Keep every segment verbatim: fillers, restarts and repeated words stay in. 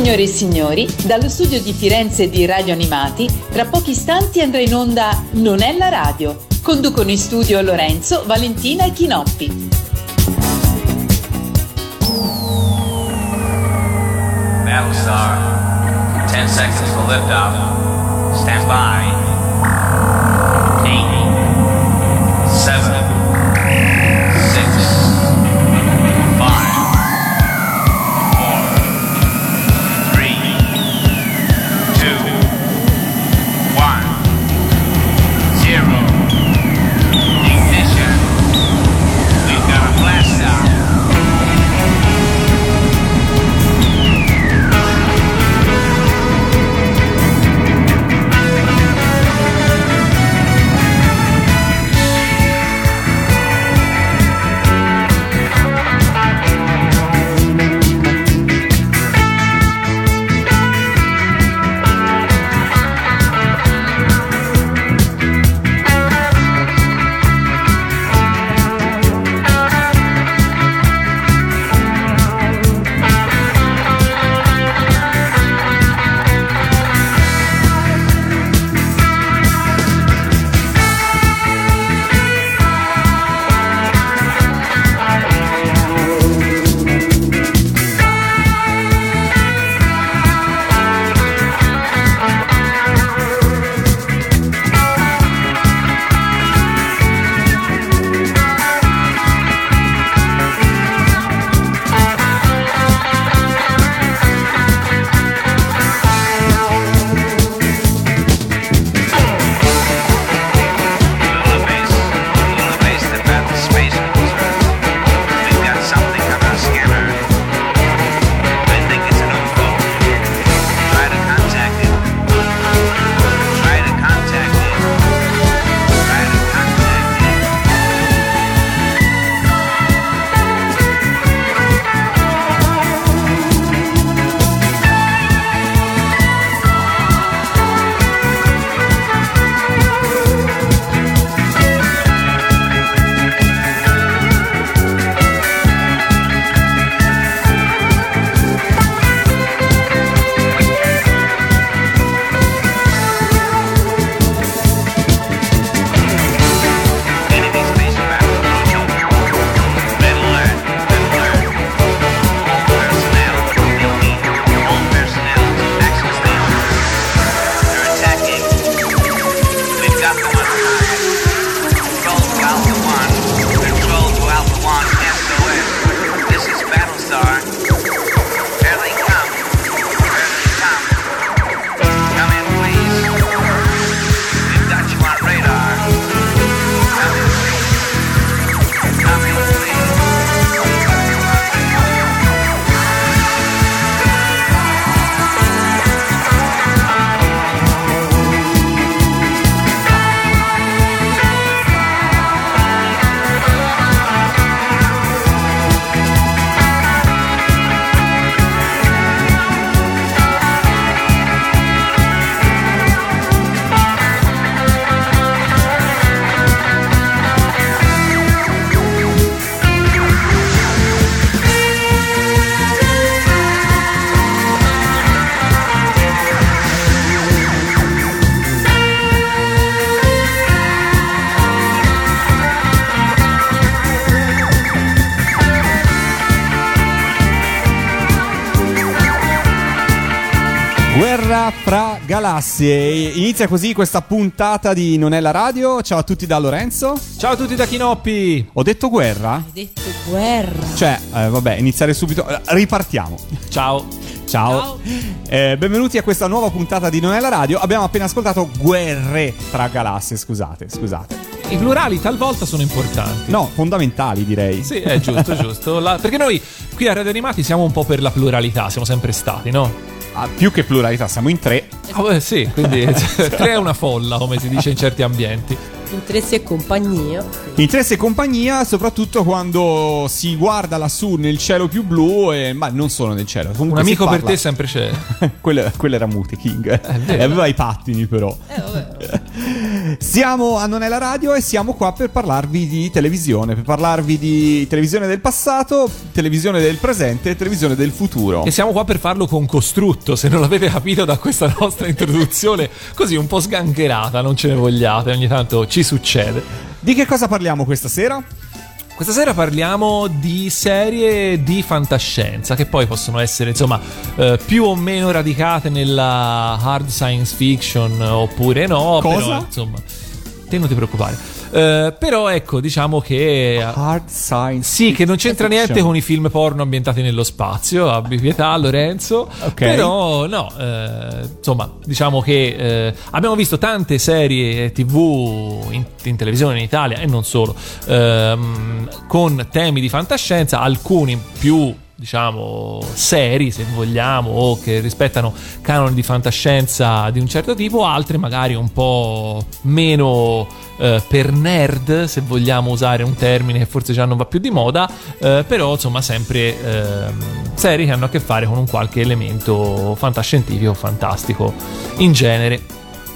Signore e signori, dallo studio di Firenze di Radio Animati, tra pochi istanti andrà in onda Non è la radio. Conducono in studio Lorenzo, Valentina e Chinoppi. Battlestar, ten seconds for liftoff. Stand by. eight, seven, six, five, four, three, two, one, zero. Ignition. We've got a blast out. Guerra fra galassie. Inizia così questa puntata di Non è la radio. Ciao a tutti da Lorenzo. Ciao a tutti da Chinoppi. Ho detto guerra? Hai detto guerra. Cioè, eh, vabbè, iniziare subito. Ripartiamo. Ciao. Ciao, Ciao. Eh, benvenuti a questa nuova puntata di Non è la radio. Abbiamo appena ascoltato Guerre tra galassie. Scusate, scusate. I plurali talvolta sono importanti. No, fondamentali direi. Sì, è giusto, giusto. La, perché noi qui a Radio Animati siamo un po' per la pluralità, siamo sempre stati, no? Ah, più che pluralità, siamo in tre. Ah, beh, sì, quindi tre è una folla, come si dice in certi ambienti. Interessi e compagnia. Interessi e compagnia, soprattutto quando si guarda lassù nel cielo più blu, e, ma non solo nel cielo. Un amico per te sempre c'è. quello, quello era Mute King. È vero. E aveva i pattini però. Eh, vabbè. Siamo a Non è la radio e siamo qua per parlarvi di televisione, per parlarvi di televisione del passato, televisione del presente e televisione del futuro. E siamo qua per farlo con costrutto, se non l'avete capito da questa nostra introduzione così un po' sgangherata, non ce ne vogliate, ogni tanto ci succede. Di che cosa parliamo questa sera? Questa sera parliamo di serie di fantascienza che poi possono essere insomma eh, più o meno radicate nella hard science fiction oppure no. Cosa? Però insomma, te non ti preoccupare. Uh, però ecco, diciamo che hard science sì, che non c'entra fiction. niente con i film porno ambientati nello spazio. Abbi pietà, Lorenzo. Ok. Però no, uh, insomma, diciamo che uh, abbiamo visto tante serie tivù in, in televisione in Italia e non solo, uh, con temi di fantascienza, alcuni più diciamo seri se vogliamo o che rispettano canoni di fantascienza di un certo tipo, altri magari un po' meno eh, per nerd, se vogliamo usare un termine che forse già non va più di moda, eh, però insomma sempre eh, serie che hanno a che fare con un qualche elemento fantascientifico, fantastico in genere.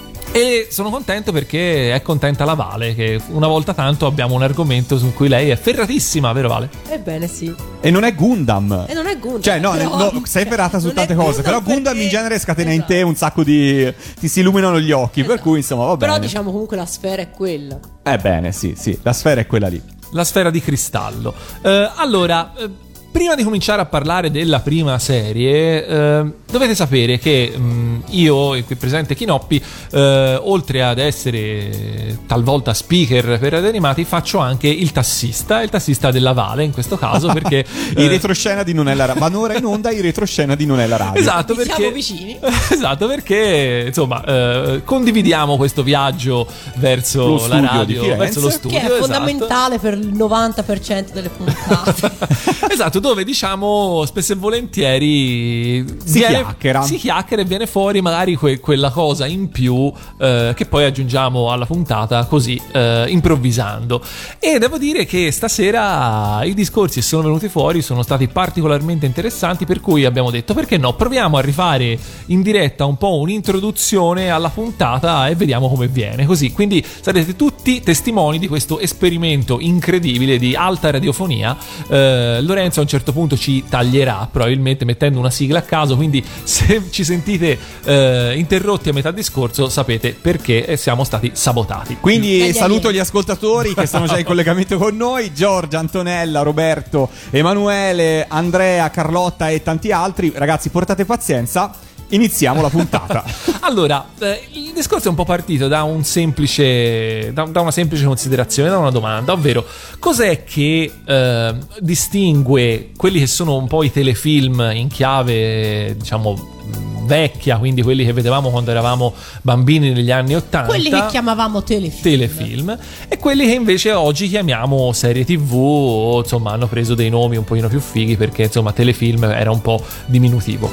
E sono contento perché è contenta la Vale, che una volta tanto abbiamo un argomento su cui lei è ferratissima, vero Vale? Ebbene sì. E non è Gundam. E non è Gundam. Cioè, no, però, no, sei ferrata su non tante è cose. Però Gundam perché... in genere scatena in te Esatto. un sacco di. Ti si illuminano gli occhi. Esatto. Per cui, insomma, va bene. Però diciamo comunque la sfera è quella. Eh bene, sì, sì. La sfera è quella lì. La sfera di cristallo. Eh, allora. Eh, Prima di cominciare a parlare della prima serie, eh, dovete sapere che mh, io, e qui presente Chinoppi, eh, oltre ad essere talvolta speaker per Radio Animati, faccio anche il tassista, il tassista della Vale in questo caso, perché in retroscena di Non è la radio. Vanno ora in onda in retroscena di Non è la radio. Esatto, Siamo perché vicini. Esatto, perché insomma eh, condividiamo questo viaggio verso Lo la studio di radio, Firenze, verso lo studio, Che è esatto. fondamentale per il novanta per cento delle puntate. Esatto, dove diciamo spesso e volentieri Si chiacchiera. si chiacchiera e viene fuori magari que- quella cosa in più eh, che poi aggiungiamo alla puntata così eh, improvvisando. E devo dire che stasera i discorsi che sono venuti fuori sono stati particolarmente interessanti, per cui abbiamo detto perché no, proviamo a rifare in diretta un po' un'introduzione alla puntata e vediamo come viene, così quindi sarete tutti testimoni di questo esperimento incredibile di alta radiofonia. eh, Lorenzo a un certo punto ci taglierà probabilmente mettendo una sigla a caso, quindi se ci sentite eh, interrotti a metà discorso sapete perché siamo stati sabotati. Quindi Dai, dai, saluto dai. gli ascoltatori che sono già in collegamento con noi: Giorgia, Antonella, Roberto, Emanuele, Andrea, Carlotta e tanti altri. Ragazzi, portate pazienza, iniziamo la puntata. Allora, eh, il discorso è un po' partito da un semplice da, da una semplice considerazione, da una domanda, ovvero cos'è che eh, distingue quelli che sono un po' i telefilm in chiave, diciamo, vecchia, quindi quelli che vedevamo quando eravamo bambini negli anni ottanta, Quelli che chiamavamo telefilm. telefilm, e quelli che invece oggi chiamiamo serie tv, o insomma hanno preso dei nomi un pochino più fighi perché insomma telefilm era un po' diminutivo.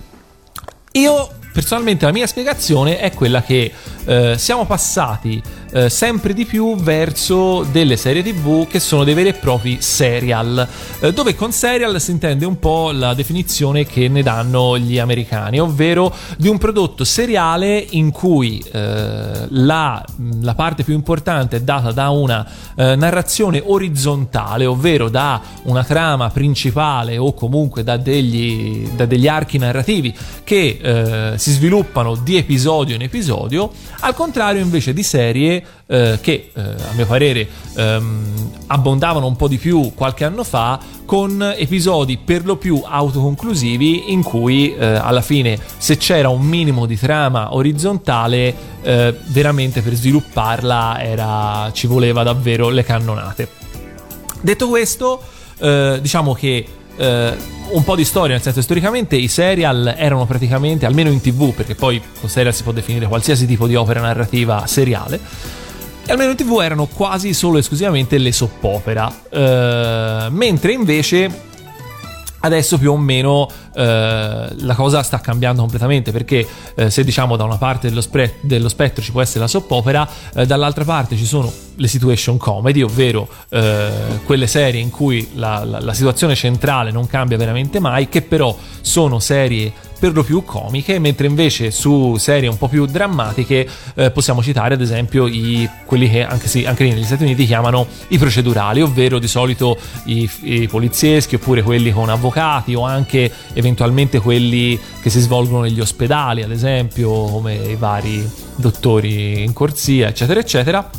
Io personalmente la mia spiegazione è quella che eh, siamo passati eh, sempre di più verso delle serie tv che sono dei veri e propri serial, eh, dove con serial si intende un po' la definizione che ne danno gli americani, ovvero di un prodotto seriale in cui eh, la, la parte più importante è data da una eh, narrazione orizzontale, ovvero da una trama principale o comunque da degli, da degli archi narrativi che eh, si sviluppano di episodio in episodio, al contrario invece di serie eh, che eh, a mio parere ehm, abbondavano un po' di più qualche anno fa, con episodi per lo più autoconclusivi in cui eh, alla fine, se c'era un minimo di trama orizzontale, eh, veramente per svilupparla era, ci voleva davvero le cannonate. Detto questo, eh, diciamo che eh, un po' di storia, nel senso, storicamente i serial erano praticamente, almeno in tv, perché poi con serial si può definire qualsiasi tipo di opera narrativa seriale, e almeno in tv erano quasi solo esclusivamente le soap opera, eh, mentre invece adesso più o meno eh, la cosa sta cambiando completamente, perché eh, se diciamo da una parte dello, spre- dello spettro ci può essere la soap opera, eh, dall'altra parte ci sono le situation comedy, ovvero eh, quelle serie in cui la, la, la situazione centrale non cambia veramente mai, che però sono serie per lo più comiche, mentre invece su serie un po' più drammatiche eh, possiamo citare ad esempio i, quelli che anche, sì, anche lì negli Stati Uniti chiamano i procedurali, ovvero di solito i, i polizieschi oppure quelli con avvocati o anche eventualmente quelli che si svolgono negli ospedali, ad esempio come i vari dottori in corsia, eccetera eccetera,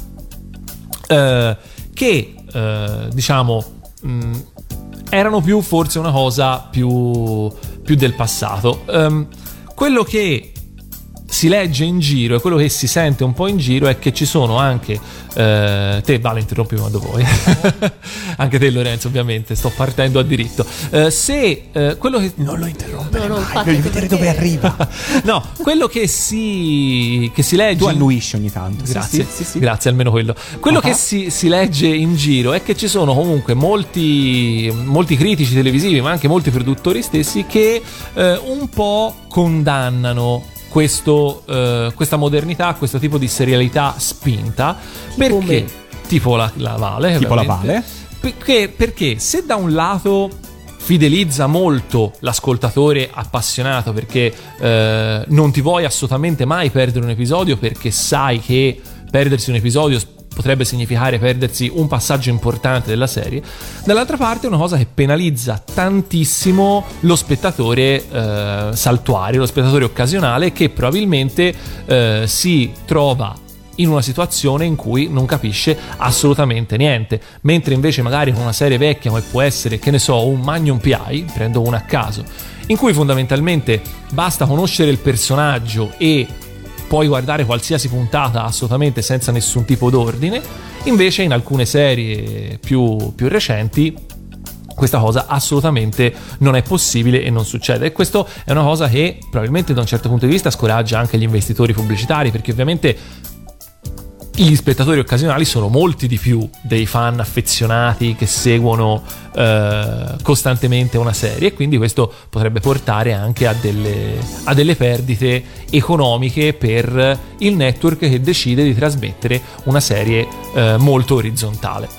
eh, che eh, diciamo mh, erano più forse una cosa più, più del passato. Um, quello che si legge in giro e quello che si sente un po' in giro è che ci sono anche eh, te Vale, interrompimi quando vuoi anche te Lorenzo, ovviamente sto partendo a diritto. Eh, se eh, quello che non lo interrompere no, no, mai, voglio vedere dove arriva. No, quello che si che si legge, tu annuisci ogni tanto, grazie, sì, sì, sì, sì. Grazie, almeno quello quello uh-huh. che si, si legge in giro è che ci sono comunque molti molti critici televisivi ma anche molti produttori stessi che eh, un po' condannano questo, uh, questa modernità, questo tipo di serialità spinta, tipo perché me. tipo la, la Vale, tipo la ovviamente. Vale, perché, perché se da un lato fidelizza molto l'ascoltatore appassionato, perché uh, non ti vuoi assolutamente mai perdere un episodio, perché sai che perdersi un episodio potrebbe significare perdersi un passaggio importante della serie, dall'altra parte è una cosa che penalizza tantissimo lo spettatore eh, saltuario, lo spettatore occasionale, che probabilmente eh, si trova in una situazione in cui non capisce assolutamente niente, mentre invece magari con una serie vecchia come può essere, che ne so, un Magnum P I, prendo una a caso, in cui fondamentalmente basta conoscere il personaggio e puoi guardare qualsiasi puntata assolutamente senza nessun tipo d'ordine. Invece in alcune serie più, più recenti questa cosa assolutamente non è possibile e non succede, e questo è una cosa che probabilmente da un certo punto di vista scoraggia anche gli investitori pubblicitari, perché ovviamente gli spettatori occasionali sono molti di più dei fan affezionati che seguono eh, costantemente una serie, e quindi questo potrebbe portare anche a delle, a delle perdite economiche per il network che decide di trasmettere una serie eh, molto orizzontale.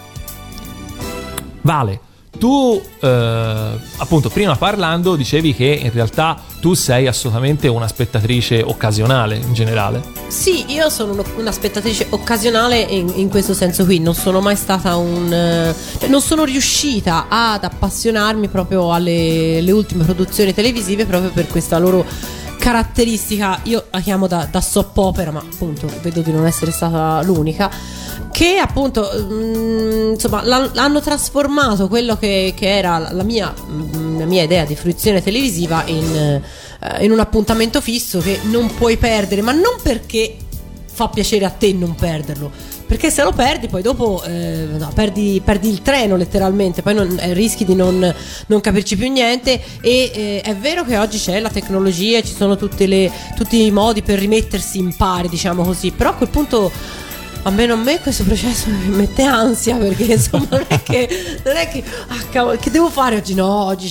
Vale, tu eh, appunto prima parlando dicevi che in realtà tu sei assolutamente una spettatrice occasionale in generale. Sì, io sono uno, una spettatrice occasionale in, in questo senso qui, non sono mai stata un eh, non sono riuscita ad appassionarmi proprio alle, alle ultime produzioni televisive, proprio per questa loro caratteristica, io la chiamo da, da soap opera, ma appunto vedo di non essere stata l'unica, che appunto mh, insomma l'hanno trasformato quello che, che era la mia, mh, la mia idea di fruizione televisiva in, uh, in un appuntamento fisso che non puoi perdere, ma non perché fa piacere a te non perderlo, perché se lo perdi poi dopo eh, no, perdi, perdi il treno letteralmente, poi non, eh, rischi di non, non capirci più niente. E eh, è vero che oggi c'è la tecnologia, ci sono tutte le, tutti i modi per rimettersi in pari, diciamo così, però a quel punto almeno a me questo processo mi mette ansia, perché insomma non è che non è che ah cavolo, che devo fare oggi? No, oggi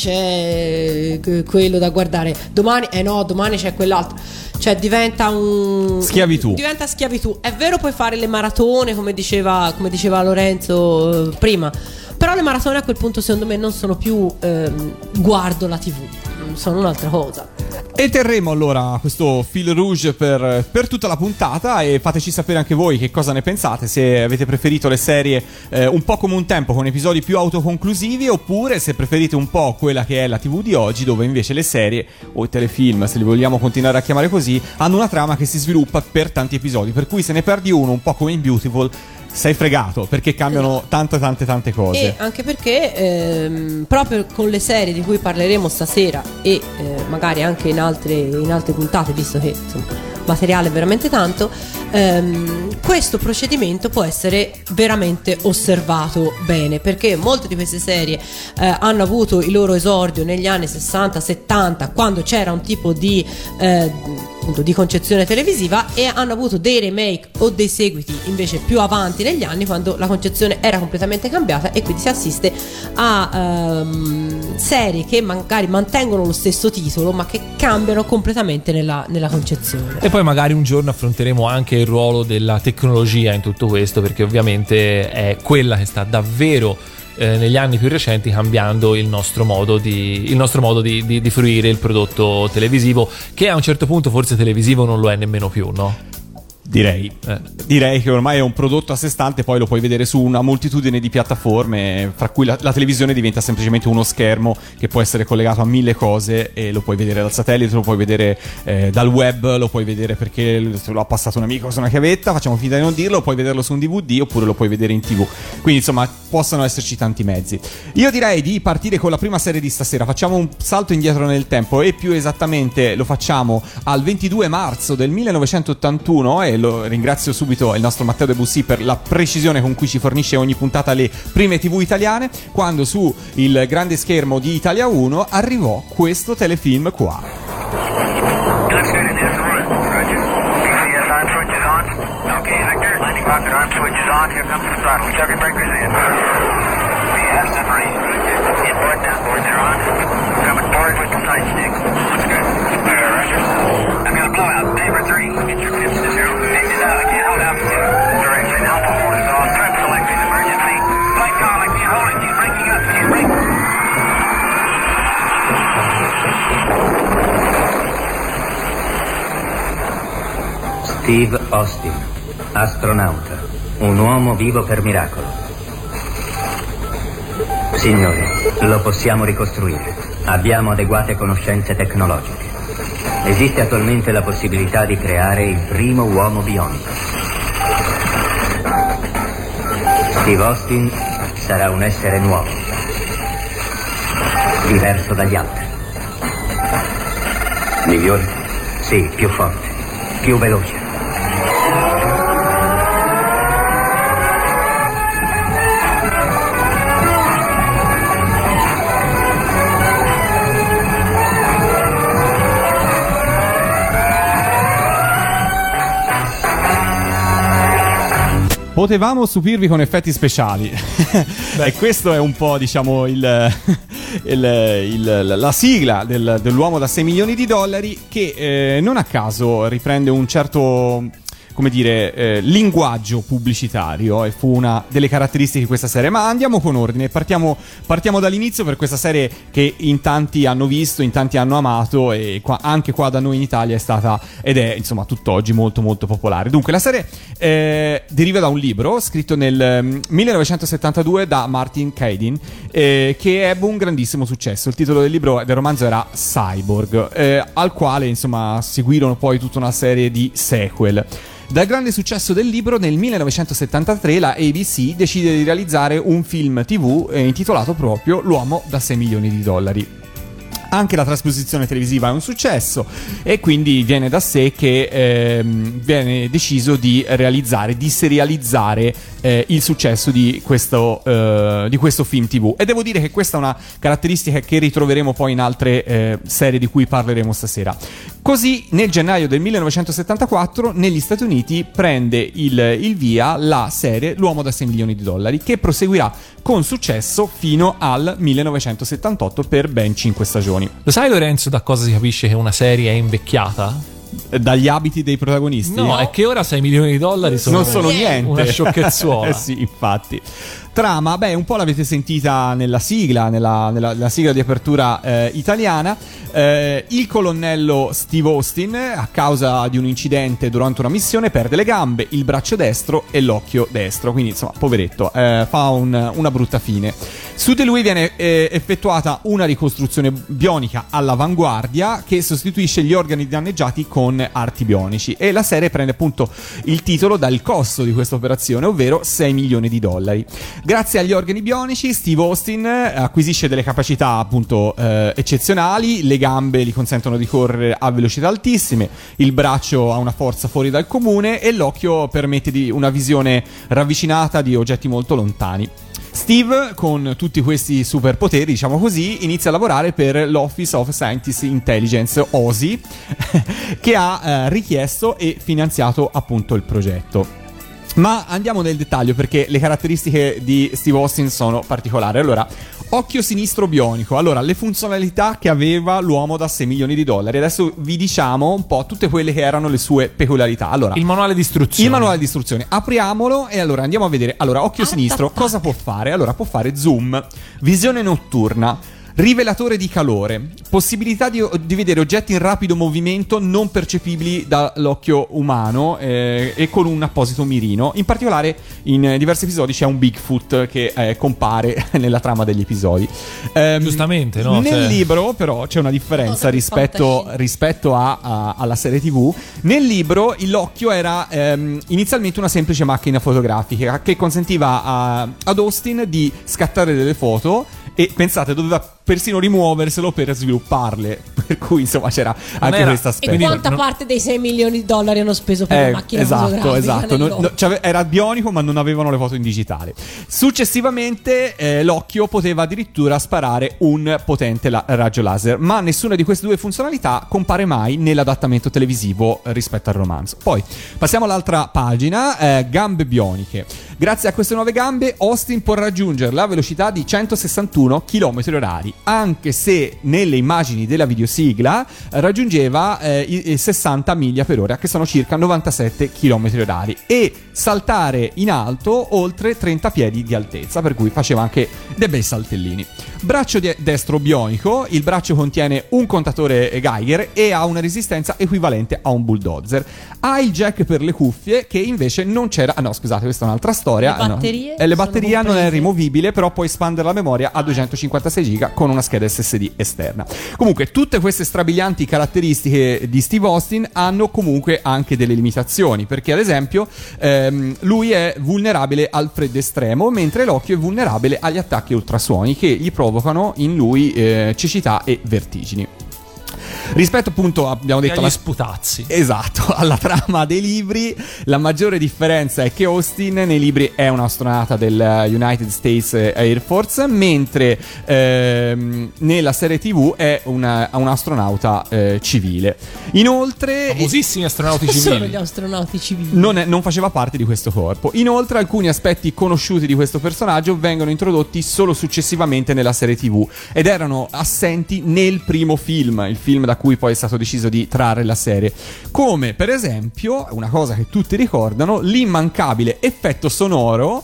c'è quello da guardare, domani eh no, domani c'è quell'altro, cioè diventa un schiavitù. Diventa schiavitù. È vero, puoi fare le maratone come diceva come diceva Lorenzo eh, prima, però le maratone a quel punto secondo me non sono più ehm, guardo la tivù, sono un'altra cosa. E terremo allora questo fil rouge per, per tutta la puntata, e fateci sapere anche voi che cosa ne pensate, se avete preferito le serie eh, un po' come un tempo con episodi più autoconclusivi, oppure se preferite un po' quella che è la tivù di oggi, dove invece le serie o i telefilm, se li vogliamo continuare a chiamare così, hanno una trama che si sviluppa per tanti episodi, per cui se ne perdi uno, un po' come in Beautiful, sei fregato, perché cambiano tante tante tante cose. E anche perché ehm, proprio con le serie di cui parleremo stasera e eh, magari anche in altre, in altre puntate, visto che insomma materiale è veramente tanto, ehm, questo procedimento può essere veramente osservato bene, perché molte di queste serie eh, hanno avuto il loro esordio negli anni sessanta settanta, quando c'era un tipo di eh, appunto di concezione televisiva, e hanno avuto dei remake o dei seguiti invece più avanti negli anni, quando la concezione era completamente cambiata, e quindi si assiste a um, serie che magari mantengono lo stesso titolo ma che cambiano completamente nella, nella concezione. E poi magari un giorno affronteremo anche il ruolo della tecnologia in tutto questo, perché ovviamente è quella che sta davvero eh, negli anni più recenti, cambiando il nostro modo di il nostro modo di, di, di fruire il prodotto televisivo, che a un certo punto forse televisivo non lo è nemmeno più, no? Direi. Eh. Direi che ormai è un prodotto a sé stante, poi lo puoi vedere su una moltitudine di piattaforme, fra cui la, la televisione diventa semplicemente uno schermo che può essere collegato a mille cose, e lo puoi vedere dal satellite, lo puoi vedere eh, dal web, lo puoi vedere perché lo ha passato un amico su una chiavetta, facciamo finta di non dirlo, puoi vederlo su un D V D oppure lo puoi vedere in tivù. Quindi insomma possono esserci tanti mezzi. Io direi di partire con la prima serie di stasera. Facciamo un salto indietro nel tempo, e più esattamente lo facciamo al ventidue marzo del millenovecentottantuno, e lo ringrazio subito il nostro Matteo Debussy per la precisione con cui ci fornisce ogni puntata le prime tivù italiane, quando su il grande schermo di Italia uno arrivò questo telefilm qua. Steve Austin, astronauta, un uomo vivo per miracolo. Signori, lo possiamo ricostruire. Abbiamo adeguate conoscenze tecnologiche. Esiste attualmente la possibilità di creare il primo uomo bionico. Steve Austin sarà un essere nuovo, diverso dagli altri. Migliore? Sì, più forte, più veloce. Potevamo stupirvi con effetti speciali. E questo è un po', diciamo, il, il, il, la sigla del, dell'uomo da sei milioni di dollari, che eh, non a caso riprende un certo, come dire, eh, linguaggio pubblicitario, e fu una delle caratteristiche di questa serie. Ma andiamo con ordine, partiamo, partiamo dall'inizio, per questa serie che in tanti hanno visto, in tanti hanno amato, e qua, anche qua da noi in Italia è stata ed è, insomma, tutt'oggi molto molto popolare. Dunque la serie eh, deriva da un libro scritto nel millenovecentosettantadue da Martin Caidin, eh, che ebbe un grandissimo successo. Il titolo del libro del romanzo era Cyborg, eh, al quale insomma seguirono poi tutta una serie di sequel. Dal grande successo del libro, nel millenovecentosettantatré la A B C decide di realizzare un film tivù eh, intitolato proprio L'uomo da sei milioni di dollari. Anche la trasposizione televisiva è un successo, e quindi viene da sé che ehm, viene deciso di realizzare, di serializzare eh, il successo di questo, eh, di questo film tivù. E devo dire che questa è una caratteristica che ritroveremo poi in altre eh, serie di cui parleremo stasera. Così nel gennaio del millenovecentosettantaquattro negli Stati Uniti prende il, il via la serie L'uomo da sei milioni di dollari, che proseguirà con successo fino al millenovecentosettantotto per ben cinque stagioni. Lo sai, Lorenzo, da cosa si capisce che una serie è invecchiata? Dagli abiti dei protagonisti? No, no, è che ora sei milioni di dollari sono non sono niente. Una sciocchezzuola. Eh sì, infatti. Trama, beh, un po' l'avete sentita nella sigla, nella, nella, nella sigla di apertura eh, italiana. Eh, il colonnello Steve Austin, a causa di un incidente durante una missione, perde le gambe, il braccio destro e l'occhio destro. Quindi, insomma, poveretto, eh, fa un, una brutta fine. Su di lui viene eh, effettuata una ricostruzione bionica all'avanguardia, che sostituisce gli organi danneggiati con arti bionici, e la serie prende appunto il titolo dal costo di questa operazione, ovvero sei milioni di dollari. Grazie agli organi bionici, Steve Austin acquisisce delle capacità appunto eh, eccezionali. Le gambe gli consentono di correre a velocità altissime, il braccio ha una forza fuori dal comune, e l'occhio permette di una visione ravvicinata di oggetti molto lontani. Steve, con tutti questi superpoteri, diciamo così, inizia a lavorare per l'Office of Scientist Intelligence, O S I, che ha eh, richiesto e finanziato appunto il progetto. Ma andiamo nel dettaglio, perché le caratteristiche di Steve Austin sono particolari. Allora, occhio sinistro bionico. Allora, le funzionalità che aveva l'uomo da sei milioni di dollari. Adesso vi diciamo un po' tutte quelle che erano le sue peculiarità. Allora, il manuale di istruzioni. Il manuale di istruzioni. Apriamolo e allora andiamo a vedere. Allora, occhio sinistro, cosa può fare? Allora, può fare zoom, visione notturna, rivelatore di calore, possibilità di, di vedere oggetti in rapido movimento non percepibili dall'occhio umano eh, e con un apposito mirino. In particolare in diversi episodi c'è un Bigfoot che eh, compare nella trama degli episodi. Um, Giustamente, no? Nel cioè... libro però c'è una differenza oh, rispetto, rispetto a, a, alla serie tivù. Nel libro l'occhio era ehm, inizialmente una semplice macchina fotografica che consentiva a, ad Austin di scattare delle foto e pensate doveva persino rimuoverselo per svilupparle, per cui insomma c'era anche era... questo aspetto. E quanta non... parte dei sei milioni di dollari hanno speso per eh, la macchina esatto, fotografica? Esatto, no, no, cioè, era bionico ma non avevano le foto in digitale. Successivamente eh, l'occhio poteva addirittura sparare un potente la- raggio laser, ma nessuna di queste due funzionalità compare mai nell'adattamento televisivo rispetto al romanzo. Poi passiamo all'altra pagina, eh, gambe bioniche. Grazie a queste nuove gambe Austin può raggiungere la velocità di centosessantuno chilometri orari, anche se nelle immagini della videosigla raggiungeva eh, i, i sessanta miglia per ora, che sono circa novantasette chilometri orari, e saltare in alto oltre trenta piedi di altezza, per cui faceva anche dei bei saltellini. Braccio di- destro bionico, il braccio contiene un contatore Geiger e ha una resistenza equivalente a un bulldozer. Ha il jack per le cuffie, che invece non c'era. Ah no, scusate, questa è un'altra storia. Le batterie? No. E le batterie non è comprese. rimovibile, però puoi espandere la memoria a duecentocinquantasei giga con una scheda S S D esterna. Comunque, tutte queste strabilianti caratteristiche di Steve Austin hanno comunque anche delle limitazioni, perché ad esempio ehm, lui è vulnerabile al freddo estremo, mentre l'occhio è vulnerabile agli attacchi ultrasuoni che gli provocano in lui eh, cecità e vertigini. Rispetto appunto, abbiamo detto, agli alla sputazzi. Esatto, alla trama dei libri, la maggiore differenza è che Austin nei libri è un astronauta del United States Air Force, mentre ehm, nella serie tivù è una, un astronauta eh, civile. Inoltre, Famosissimi astronauti Sono civili. gli astronauti civili. non, è- non faceva parte di questo corpo. Inoltre, alcuni aspetti conosciuti di questo personaggio vengono introdotti solo successivamente nella serie tivù ed erano assenti nel primo film, il film da cui poi è stato deciso di trarre la serie, come per esempio una cosa che tutti ricordano, l'immancabile effetto sonoro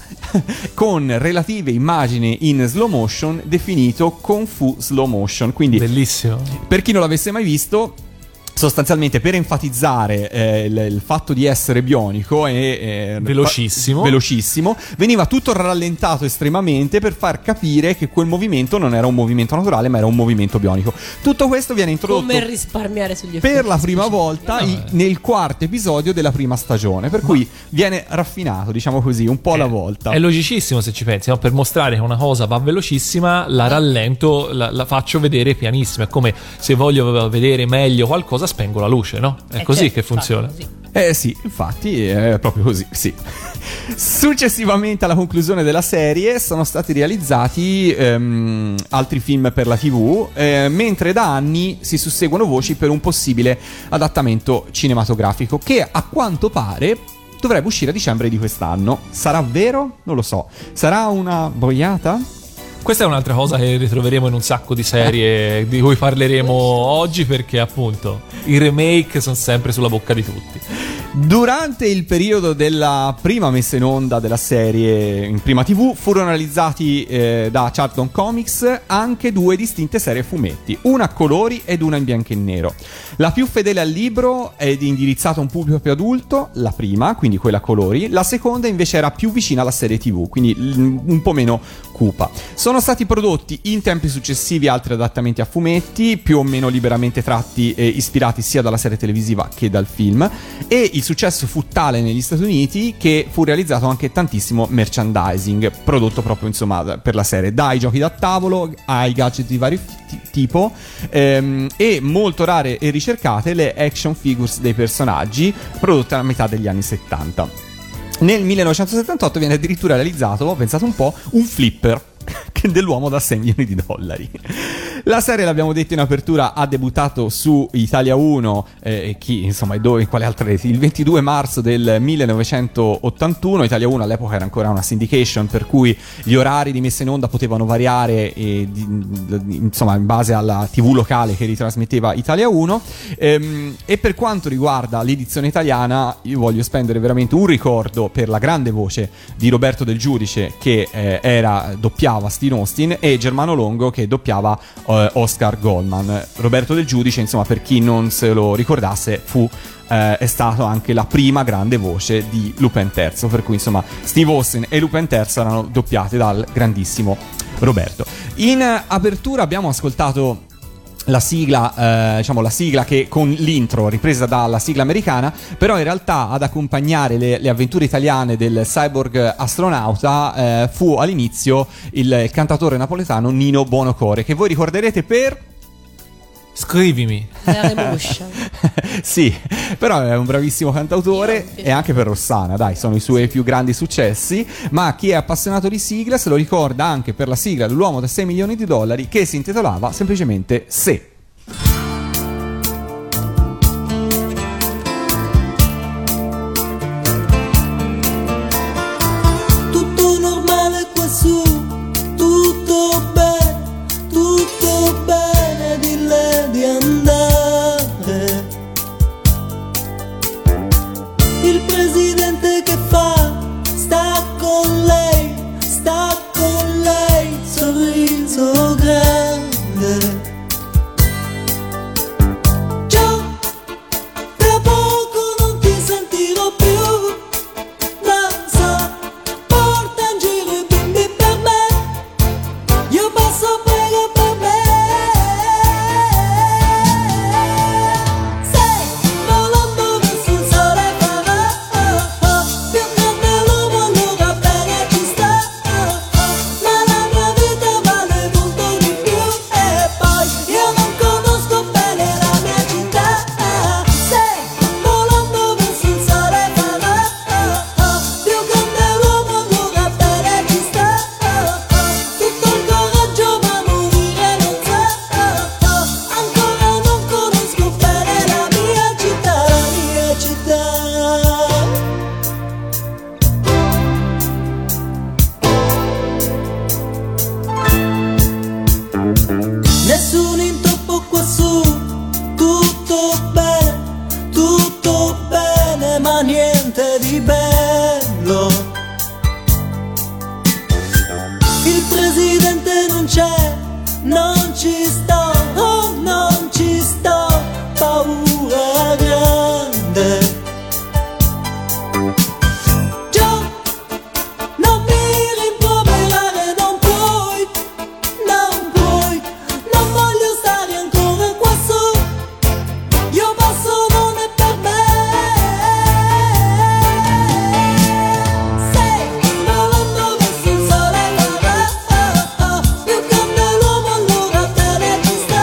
con relative immagini in slow motion definito Kung Fu slow motion. Quindi Bellissimo. per chi non l'avesse mai visto, sostanzialmente per enfatizzare eh, il, il fatto di essere bionico e eh, Velocissimo. fa- velocissimo, veniva tutto rallentato estremamente per far capire che quel movimento non era un movimento naturale ma era un movimento bionico. Tutto questo viene introdotto Come risparmiare sugli effetti per la prima speciali. volta No, i- eh. nel quarto episodio della prima stagione, per cui viene raffinato, diciamo così, un po' alla volta. È logicissimo se ci pensi, no? Per mostrare che una cosa va velocissima, la rallento, la, la faccio vedere pianissima. È come se voglio vedere meglio qualcosa, spengo la luce, no? È Eh, così certo, che funziona. infatti, così. Eh sì, infatti è proprio così, sì. Successivamente alla conclusione della serie sono stati realizzati ehm, altri film per la tivù, eh, mentre da anni si susseguono voci per un possibile adattamento cinematografico che a quanto pare dovrebbe uscire a dicembre di quest'anno. Sarà vero? Non lo so. Sarà una boiata? Questa è un'altra cosa che ritroveremo in un sacco di serie di cui parleremo oggi, perché appunto i remake sono sempre sulla bocca di tutti. Durante il periodo della prima messa in onda della serie in prima tivù furono realizzati eh, da Charlton Comics anche due distinte serie a fumetti, una a colori ed una in bianco e nero. La più fedele al libro ed indirizzata a un pubblico più adulto, la prima, quindi quella a colori, la seconda invece era più vicina alla serie tivù, quindi l- un po' meno cupa. Sono stati prodotti in tempi successivi altri adattamenti a fumetti, più o meno liberamente tratti e ispirati sia dalla serie televisiva che dal film, e il successo fu tale negli Stati Uniti che fu realizzato anche tantissimo merchandising prodotto proprio insomma per la serie, dai giochi da tavolo ai gadget di vario f- tipo ehm, e molto rare e ricercate le action figures dei personaggi prodotte a metà degli anni settanta. Nel millenovecentosettantotto viene addirittura realizzato, pensate un po', un flipper dell'uomo da sei milioni di dollari. La serie, l'abbiamo detto in apertura, ha debuttato su Italia uno, eh, chi, insomma, e dove, in quale altra rete? Il ventidue marzo del millenovecentottantuno. Italia uno all'epoca era ancora una syndication, per cui gli orari di messa in onda potevano variare e, di, di, insomma, in base alla tivù locale che ritrasmetteva Italia uno. Ehm, e per quanto riguarda l'edizione italiana, io voglio spendere veramente un ricordo per la grande voce di Roberto Del Giudice, che eh, era doppiava Steve Austin, e Germano Longo, che doppiava eh, Oscar Goldman. Roberto Del Giudice, insomma, per chi non se lo ricordasse, fu eh, è stato anche la prima grande voce di Lupin terzo, per cui insomma Steve Austin e Lupin terzo erano doppiati dal grandissimo Roberto. In apertura abbiamo ascoltato la sigla, eh, diciamo la sigla che con l'intro ripresa dalla sigla americana, però in realtà ad accompagnare le, le avventure italiane del cyborg astronauta eh, fu all'inizio il cantautore napoletano Nino Buonocore, che voi ricorderete per... Scrivimi. Sì, però è un bravissimo cantautore, e anche per Rossana, dai, sono i suoi più grandi successi. Ma chi è appassionato di sigla se lo ricorda anche per la sigla dell'uomo da sei milioni di dollari, che si intitolava semplicemente Se. Tutto normale qua su, tutto bene, tutto bene, dille di andare. Il presidente che fa, sta con lei, sta con lei, sorriso grande. Ciao, tra poco non ti sentirò più, danza, porta in giro i bimbi per me, io passo prego per me. Sei volando verso il sole, farà oh, oh, più grande l'uomo allora bene ci sta, oh, oh, ma la mia vita vale molto di più, e poi io non conosco bene la mia città. Sei volando verso il sole, farà oh, oh, più grande l'uomo allora bene ci sta, oh, oh, tutto il coraggio ma morire non sa, oh, oh, ancora non conosco bene la mia città, la mia città. Nessun intoppo qua su, tutto bene, tutto bene, ma niente di bello. Il presidente non c'è, non ci sto, oh, non ci sto, paura grande. Già, non mi rimproverare, non puoi, non puoi, non voglio stare ancora qua su, io passo non è per me. Sei volando verso il sole, farà oh, oh, più grande l'uomo allora bene ci sta.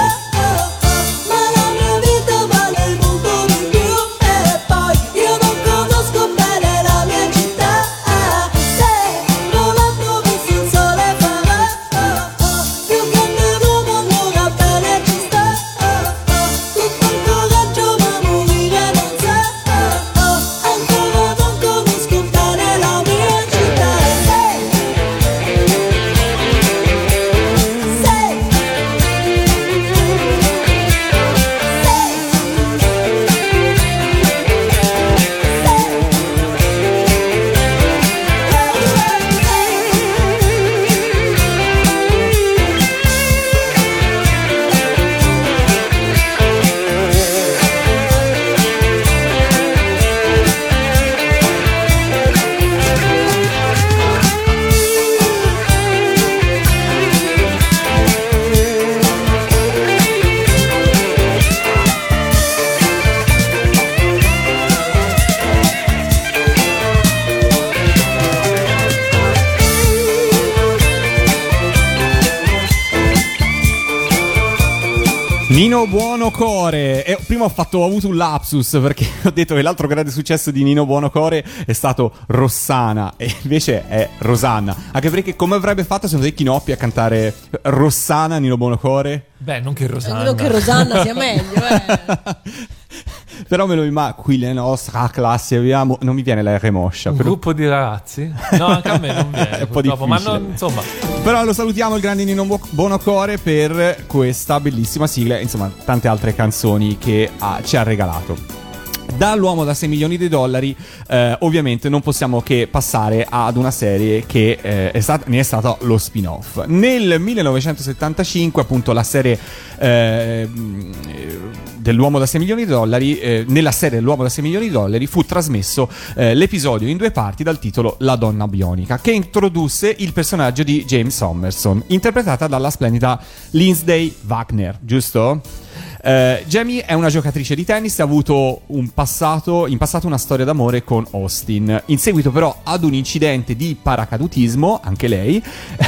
Nino Buonocore. E prima ho fatto ho avuto un lapsus perché ho detto che l'altro grande successo di Nino Buonocore è stato Rossana e invece è Rosanna. Anche perché come avrebbe fatto secondo te Chinoppi a cantare Rossana Nino Buonocore? Beh, non che Rosanna. Non che Rosanna sia meglio, eh. Però me lo immagino, qui la nostra classe abbiamo, non mi viene la R moscia. Un però... gruppo di ragazzi? No, anche a me non viene. È un po' purtroppo, ma difficile. non, insomma. Però lo salutiamo il grande Nino Buonocore per questa bellissima sigla e insomma tante altre canzoni che ha, ci ha regalato. Dall'uomo da sei milioni di dollari eh, ovviamente non possiamo che passare ad una serie che eh, è stata, ne è stato lo spin-off. Nel millenovecentosettantacinque appunto la serie eh, dell'uomo da sei milioni di dollari eh, nella serie dell'uomo da sei milioni di dollari fu trasmesso eh, l'episodio in due parti dal titolo La donna bionica, che introdusse il personaggio di James Somerson, interpretata dalla splendida Lindsay Wagner, giusto? Uh, Jamie è una giocatrice di tennis e ha avuto un passato, in passato una storia d'amore con Austin. In seguito però ad un incidente di paracadutismo, anche lei,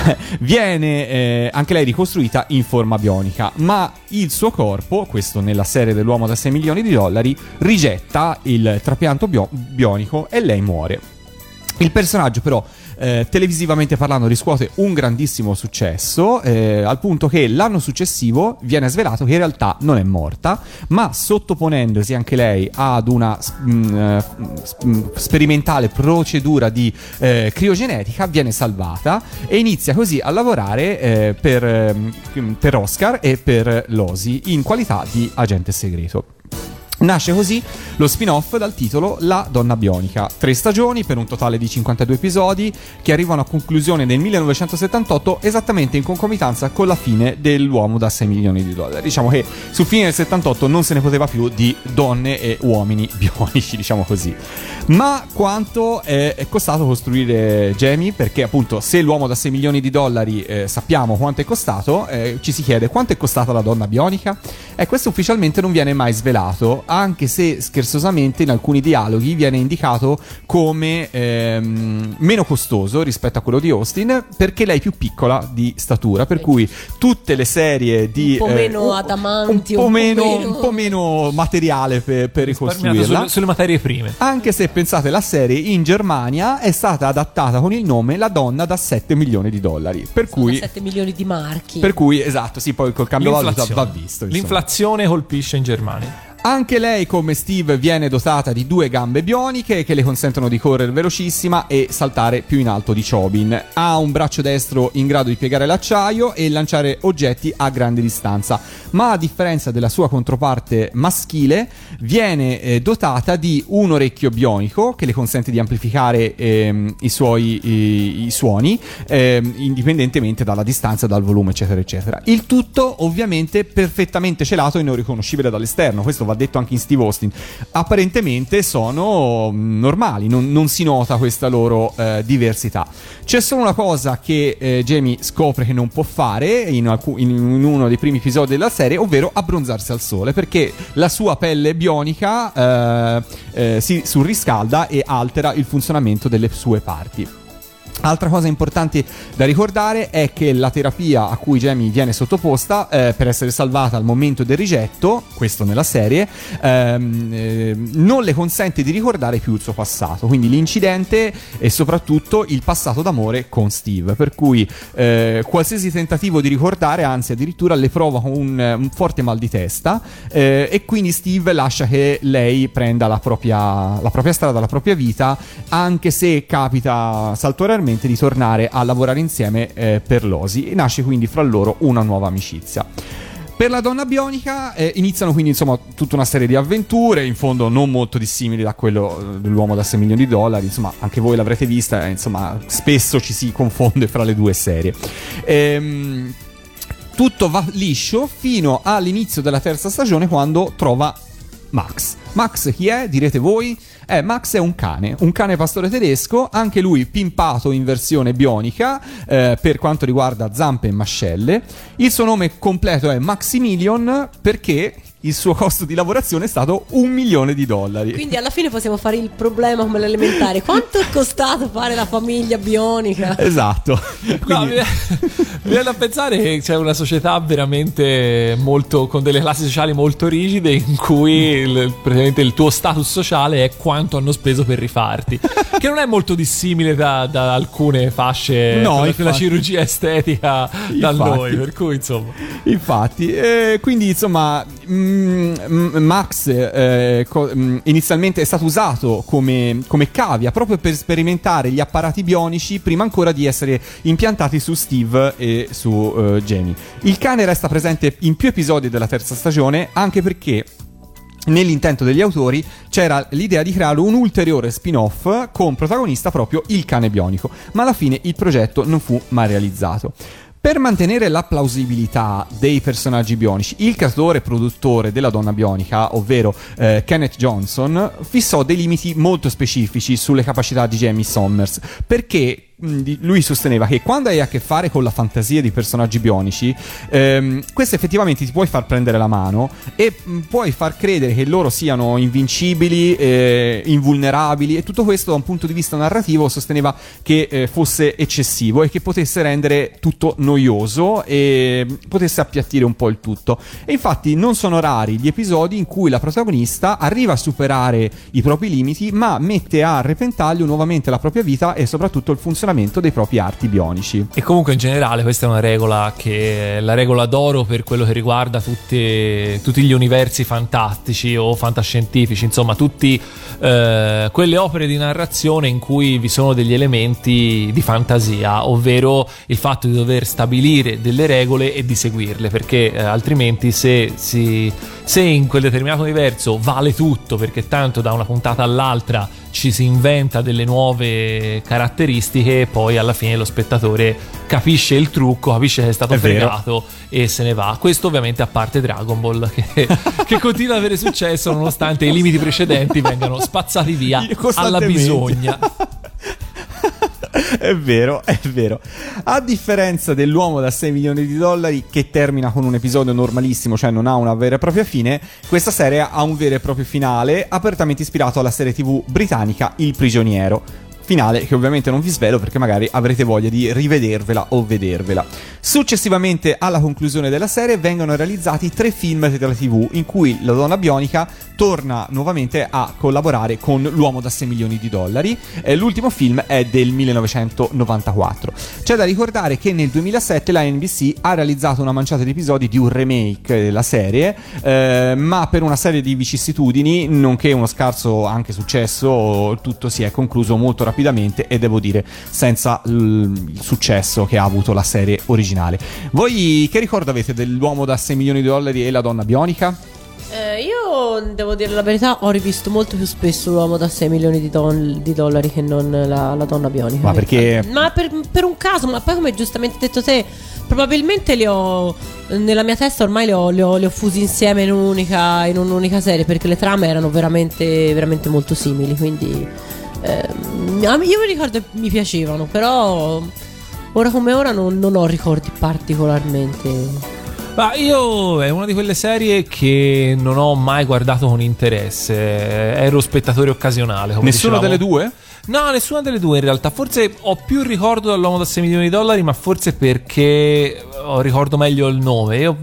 viene eh, anche lei ricostruita in forma bionica, ma il suo corpo, questo nella serie dell'uomo da sei milioni di dollari, rigetta il trapianto bio- bionico e lei muore. Il personaggio però eh, televisivamente parlando riscuote un grandissimo successo eh, al punto che l'anno successivo viene svelato che in realtà non è morta, ma sottoponendosi anche lei ad una mh, mh, sperimentale procedura di eh, criogenetica viene salvata e inizia così a lavorare eh, per, mh, per Oscar e per l'Osi in qualità di agente segreto. Nasce così lo spin-off dal titolo La donna bionica, tre stagioni per un totale di cinquantadue episodi che arrivano a conclusione nel millenovecentosettantotto, esattamente in concomitanza con la fine dell'uomo da sei milioni di dollari. Diciamo che sul fine del settantotto non se ne poteva più di donne e uomini bionici, diciamo così. Ma quanto è, è costato costruire Jamie? Perché appunto se l'uomo da sei milioni di dollari eh, sappiamo quanto è costato, eh, ci si chiede quanto è costata la donna bionica? E questo ufficialmente non viene mai svelato, anche se scherzosamente in alcuni dialoghi viene indicato come ehm, meno costoso rispetto a quello di Austin, perché lei è più piccola di statura, per cui tutte le serie di un po' eh, meno un, adamanti, un po' un po' meno, meno- un po' meno materiale per, per ricostruirla, Sulle, sulle materie prime. anche se pensate la serie in Germania è stata adattata con il nome La donna da sette milioni di dollari, per cui sette milioni di marchi. per cui esatto, sì, poi col cambio valuta va visto, insomma. L'inflazione colpisce in Germania. Anche lei, come Steve, viene dotata di due gambe bioniche che le consentono di correre velocissima e saltare più in alto di Chobin. Ha un braccio destro in grado di piegare l'acciaio e lanciare oggetti a grande distanza, ma a differenza della sua controparte maschile viene eh, dotata di un orecchio bionico che le consente di amplificare ehm, i suoi i, i suoni ehm, indipendentemente dalla distanza, dal volume, eccetera eccetera. Il tutto ovviamente perfettamente celato e non riconoscibile dall'esterno. Questo va detto anche in Steve Austin. Apparentemente sono normali, non, non si nota questa loro eh, diversità. C'è solo una cosa che eh, Jamie scopre che non può fare in, alcun, in, in uno dei primi episodi della serie, ovvero abbronzarsi al sole, perché la sua pelle bionica eh, eh, si surriscalda e altera il funzionamento delle sue parti. Altra cosa importante da ricordare è che la terapia a cui Jamie viene sottoposta eh, per essere salvata al momento del rigetto, questo nella serie, ehm, eh, non le consente di ricordare più il suo passato, quindi l'incidente e soprattutto il passato d'amore con Steve, per cui eh, qualsiasi tentativo di ricordare, anzi addirittura le provoca un, un forte mal di testa eh, e quindi Steve lascia che lei prenda la propria, la propria strada, la propria vita, anche se capita saltuariamente di tornare a lavorare insieme eh, per l'Osi, e nasce quindi fra loro una nuova amicizia. Per la donna bionica eh, iniziano quindi insomma tutta una serie di avventure, in fondo non molto dissimili da quello dell'uomo da sei milioni di dollari, insomma anche voi l'avrete vista, eh, insomma spesso ci si confonde fra le due serie. Ehm, tutto va liscio fino all'inizio della terza stagione, quando trova Max. Max chi è? Direte voi. Eh, Max è un cane, un cane pastore tedesco, anche lui pimpato in versione bionica eh, per quanto riguarda zampe e mascelle. Il suo nome completo è Maximilian perché il suo costo di lavorazione è stato un milione di dollari. Quindi alla fine possiamo fare il problema come l'elementare. Quanto è costato fare la famiglia bionica? Esatto. No, Quindi... mi viene- mi viene da pensare che c'è una società veramente molto, con delle classi sociali molto rigide, in cui il, praticamente il tuo status sociale è quanto hanno speso per rifarti, che non è molto dissimile da, da alcune fasce No, della, infatti. della chirurgia estetica da Infatti. noi, per cui insomma. Infatti, eh, quindi insomma, mm, mm, Max eh, co- mm, inizialmente è stato usato come, come cavia proprio per sperimentare gli apparati bionici prima ancora di essere impiantati su Steve e su eh, Jamie. Il cane resta presente in più episodi della terza stagione, anche perché nell'intento degli autori c'era l'idea di creare un ulteriore spin-off con protagonista proprio il cane bionico, ma alla fine il progetto non fu mai realizzato. Per mantenere la plausibilità dei personaggi bionici, il creatore e produttore della Donna Bionica, ovvero eh, Kenneth Johnson, fissò dei limiti molto specifici sulle capacità di Jamie Sommers, perché mh, lui sosteneva che quando hai a che fare con la fantasia di personaggi bionici, ehm, questo effettivamente ti puoi far prendere la mano e mh, puoi far credere che loro siano invincibili, eh, invulnerabili, e tutto questo da un punto di vista narrativo sosteneva che eh, fosse eccessivo e che potesse rendere tutto noioso e potesse appiattire un po' il tutto. E infatti non sono rari gli episodi in cui la protagonista arriva a superare i propri limiti, ma mette a repentaglio nuovamente la propria vita e soprattutto il funzionamento dei propri arti bionici. E comunque in generale questa è una regola che è la regola d'oro per quello che riguarda tutti, tutti gli universi fantastici o fantascientifici, insomma tutti eh, quelle opere di narrazione in cui vi sono degli elementi di fantasia, ovvero il fatto di dover stabilire delle regole e di seguirle, perché eh, altrimenti se, si, se in quel determinato universo vale tutto, perché tanto da una puntata all'altra ci si inventa delle nuove caratteristiche, poi alla fine lo spettatore capisce il trucco, capisce che è stato È vero. fregato e se ne va. Questo ovviamente a parte Dragon Ball che, che continua ad avere successo nonostante i limiti precedenti vengano spazzati via alla Costantemente. bisogna. È vero, è vero. A differenza dell'uomo da sei milioni di dollari, che termina con un episodio normalissimo, cioè non ha una vera e propria fine, questa serie ha un vero e proprio finale apertamente ispirato alla serie tivù britannica Il Prigioniero. Finale che ovviamente non vi svelo perché magari avrete voglia di rivedervela o vedervela. Successivamente alla conclusione della serie vengono realizzati tre film della tivù in cui la Donna Bionica torna nuovamente a collaborare con l'uomo da sei milioni di dollari. Eh, l'ultimo film è del millenovecentonovantaquattro. C'è da ricordare che nel duemilasette la N B C ha realizzato una manciata di episodi di un remake della serie, eh, ma per una serie di vicissitudini, nonché uno scarso anche successo, tutto si è concluso molto rapidamente. rapidamente e devo dire senza l- il successo che ha avuto la serie originale. Voi che ricordo avete dell'uomo da sei milioni di dollari e la Donna Bionica? Eh, io devo dire la verità, ho rivisto molto più spesso l'uomo da sei milioni di, don- di dollari che non la, la Donna Bionica. Ma perché? Ma per, per un caso, ma poi come giustamente detto te, probabilmente li ho nella mia testa ormai li ho, li ho, li ho fusi insieme in un'unica, in un'unica serie, perché le trame erano veramente, veramente molto simili, quindi eh, io mi ricordo che mi piacevano, però ora come ora non, non ho ricordi particolarmente. Ma io è una di quelle serie che non ho mai guardato con interesse, ero spettatore occasionale. Come Nessuna dicevamo. delle due? No, nessuna delle due in realtà. Forse ho più ricordo dall'uomo da sei milioni di dollari, ma forse perché ho ricordo meglio il nome. Io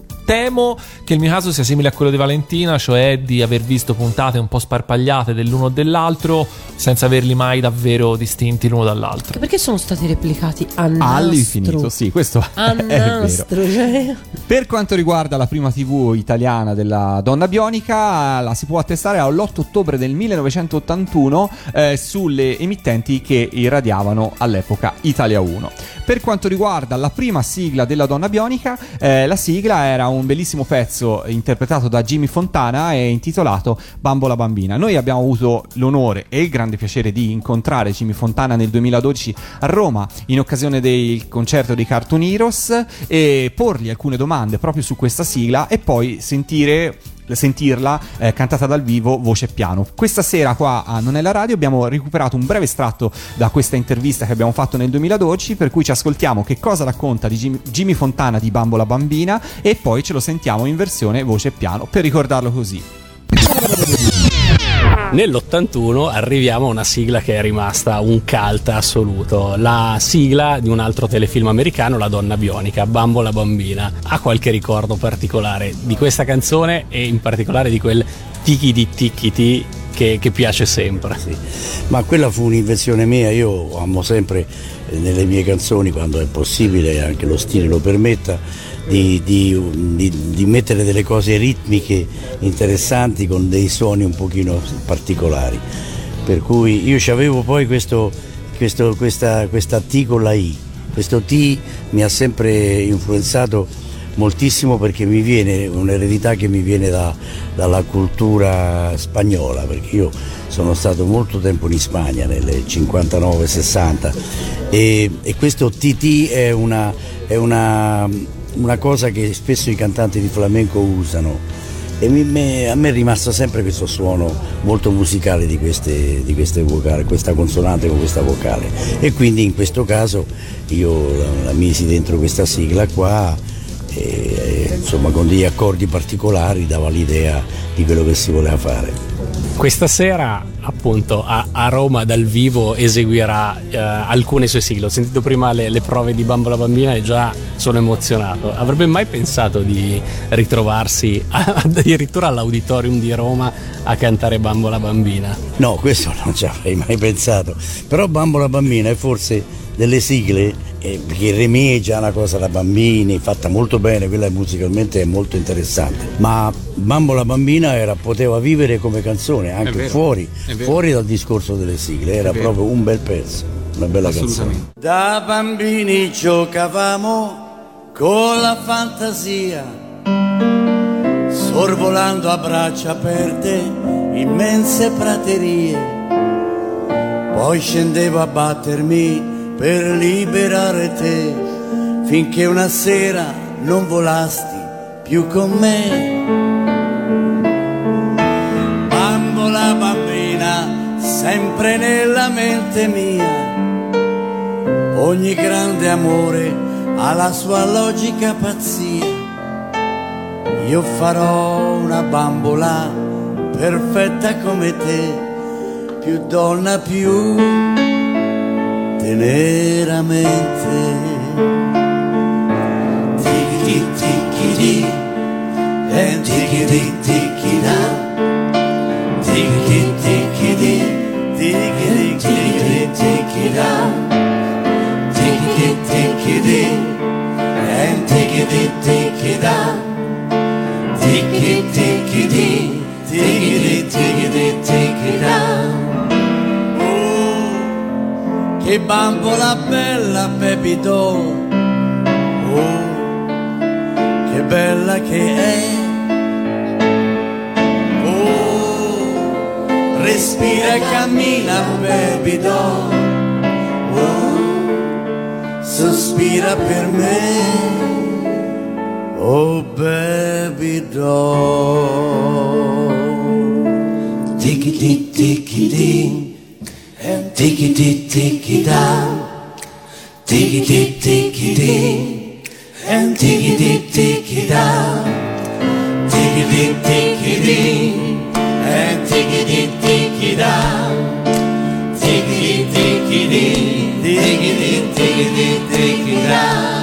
temo che il mio caso sia simile a quello di Valentina, cioè di aver visto puntate un po' sparpagliate dell'uno o dell'altro senza averli mai davvero distinti l'uno dall'altro. Perché sono stati replicati a nastro? All'infinito, sì, questo A è vero. nastro, cioè. Per quanto riguarda la prima tivù italiana della Donna Bionica, la si può attestare all'otto ottobre del millenovecentottantuno eh, sulle emittenti che irradiavano all'epoca Italia uno. Per quanto riguarda la prima sigla della Donna Bionica, eh, la sigla era un bellissimo pezzo interpretato da Jimmy Fontana e intitolato Bambola Bambina. Noi abbiamo avuto l'onore e il grande piacere di incontrare Jimmy Fontana nel duemiladodici a Roma in occasione del concerto dei Cartoon Heroes e porgli alcune domande proprio su questa sigla e poi sentire sentirla eh, cantata dal vivo, voce e piano. Questa sera qua a Non è la radio abbiamo recuperato un breve estratto da questa intervista che abbiamo fatto nel duemiladodici, per cui ci ascoltiamo che cosa racconta di Jimmy, Jimmy Fontana di Bambola Bambina e poi ce lo sentiamo in versione voce e piano per ricordarlo così. Nell'ottantuno arriviamo a una sigla che è rimasta un cult assoluto, la sigla di un altro telefilm americano, La donna bionica, Bambola Bambina. Ha qualche ricordo particolare di questa canzone e in particolare di quel tichiti tichiti che, che piace sempre? Sì. Ma quella fu un'invenzione mia, io amo sempre eh, nelle mie canzoni, quando è possibile, anche lo stile lo permetta, Di, di, di, di mettere delle cose ritmiche interessanti con dei suoni un pochino particolari, per cui io c'avevo poi questo, questo, questa, questa T con la I, questo T mi ha sempre influenzato moltissimo perché mi viene un'eredità che mi viene da, dalla cultura spagnola, perché io sono stato molto tempo in Spagna nelle cinquantanove sessanta e, e questo T T è una, è una una cosa che spesso i cantanti di flamenco usano e mi, me, a me è rimasto sempre questo suono molto musicale di queste, di queste vocali, questa consonante con questa vocale, e quindi in questo caso io la, la misi dentro questa sigla qua e, e insomma con degli accordi particolari dava l'idea di quello che si voleva fare. Questa sera appunto a, a Roma dal vivo eseguirà eh, alcune sue sigle. Ho sentito prima le, le prove di Bambola Bambina e già sono emozionato. Avrebbe mai pensato di ritrovarsi addirittura all'Auditorium di Roma a cantare Bambola Bambina? No, questo non ci avrei mai pensato, però Bambola Bambina è forse delle sigle eh, che remeggia una cosa da bambini, fatta molto bene, quella musicalmente è molto interessante, ma Bambola Bambina era, poteva vivere come canzone anche vero, fuori, fuori dal discorso delle sigle, era proprio un bel pezzo, una bella canzone. Da bambini giocavamo con la fantasia, sorvolando a braccia aperte immense praterie, poi scendevo a battermi per liberare te, finché una sera non volasti più con me. Bambola bambina, sempre nella mente mia, ogni grande amore ha la sua logica pazzia. Io farò una bambola perfetta come te, più donna più teneramente. Tiki tiki di, and tiki di tiki da, tiki tiki di, tiki tiki tiki da, tiki tiki di, and tiki di tiki da, tiki tiki di, tiki di tiki di tiki da. Che bambola bella, baby doll, oh, che bella che è, oh, respira e cammina, baby doll, oh, sospira per me, oh, baby doll. Tiki tiki tiki tiki. Tiki tiki tiki da, tiki tiki tiki di, and tiki tiki tiki da, tiki tiki tiki di, and tiki tiki tiki da, tiki tiki di, tiki tiki tiki da.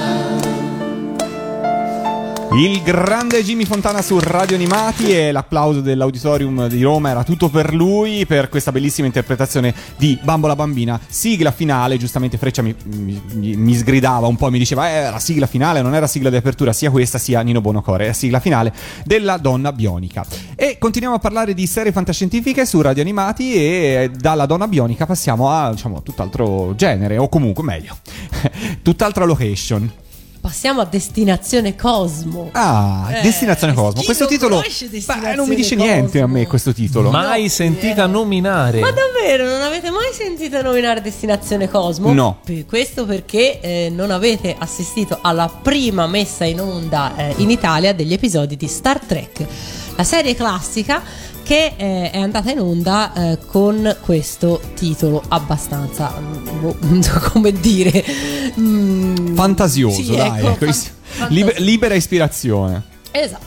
Il grande Jimmy Fontana su Radio Animati, e l'applauso dell'Auditorium di Roma era tutto per lui, per questa bellissima interpretazione di Bambola Bambina, sigla finale. Giustamente Freccia mi, mi, mi sgridava un po', mi diceva eh, la sigla finale non era sigla di apertura, sia questa sia Nino Bonocore, è la sigla finale della Donna Bionica. E continuiamo a parlare di serie fantascientifiche su Radio Animati, e dalla Donna Bionica passiamo a, diciamo, tutt'altro genere, o comunque meglio tutt'altra location. Passiamo a Destinazione Cosmo. Ah, eh, Destinazione Cosmo. Questo titolo beh, non mi dice Cosmo. Niente a me questo titolo. Mai no, sentita eh. nominare. Ma davvero non avete mai sentito nominare Destinazione Cosmo? No. Per questo perché eh, non avete assistito alla prima messa in onda eh, in Italia degli episodi di Star Trek. la serie classica che eh, è andata in onda eh, con questo titolo abbastanza, mm, non so come dire, mm, fantasioso, sì, dai, ecco, ecco, fan- liber- libera ispirazione. esatto.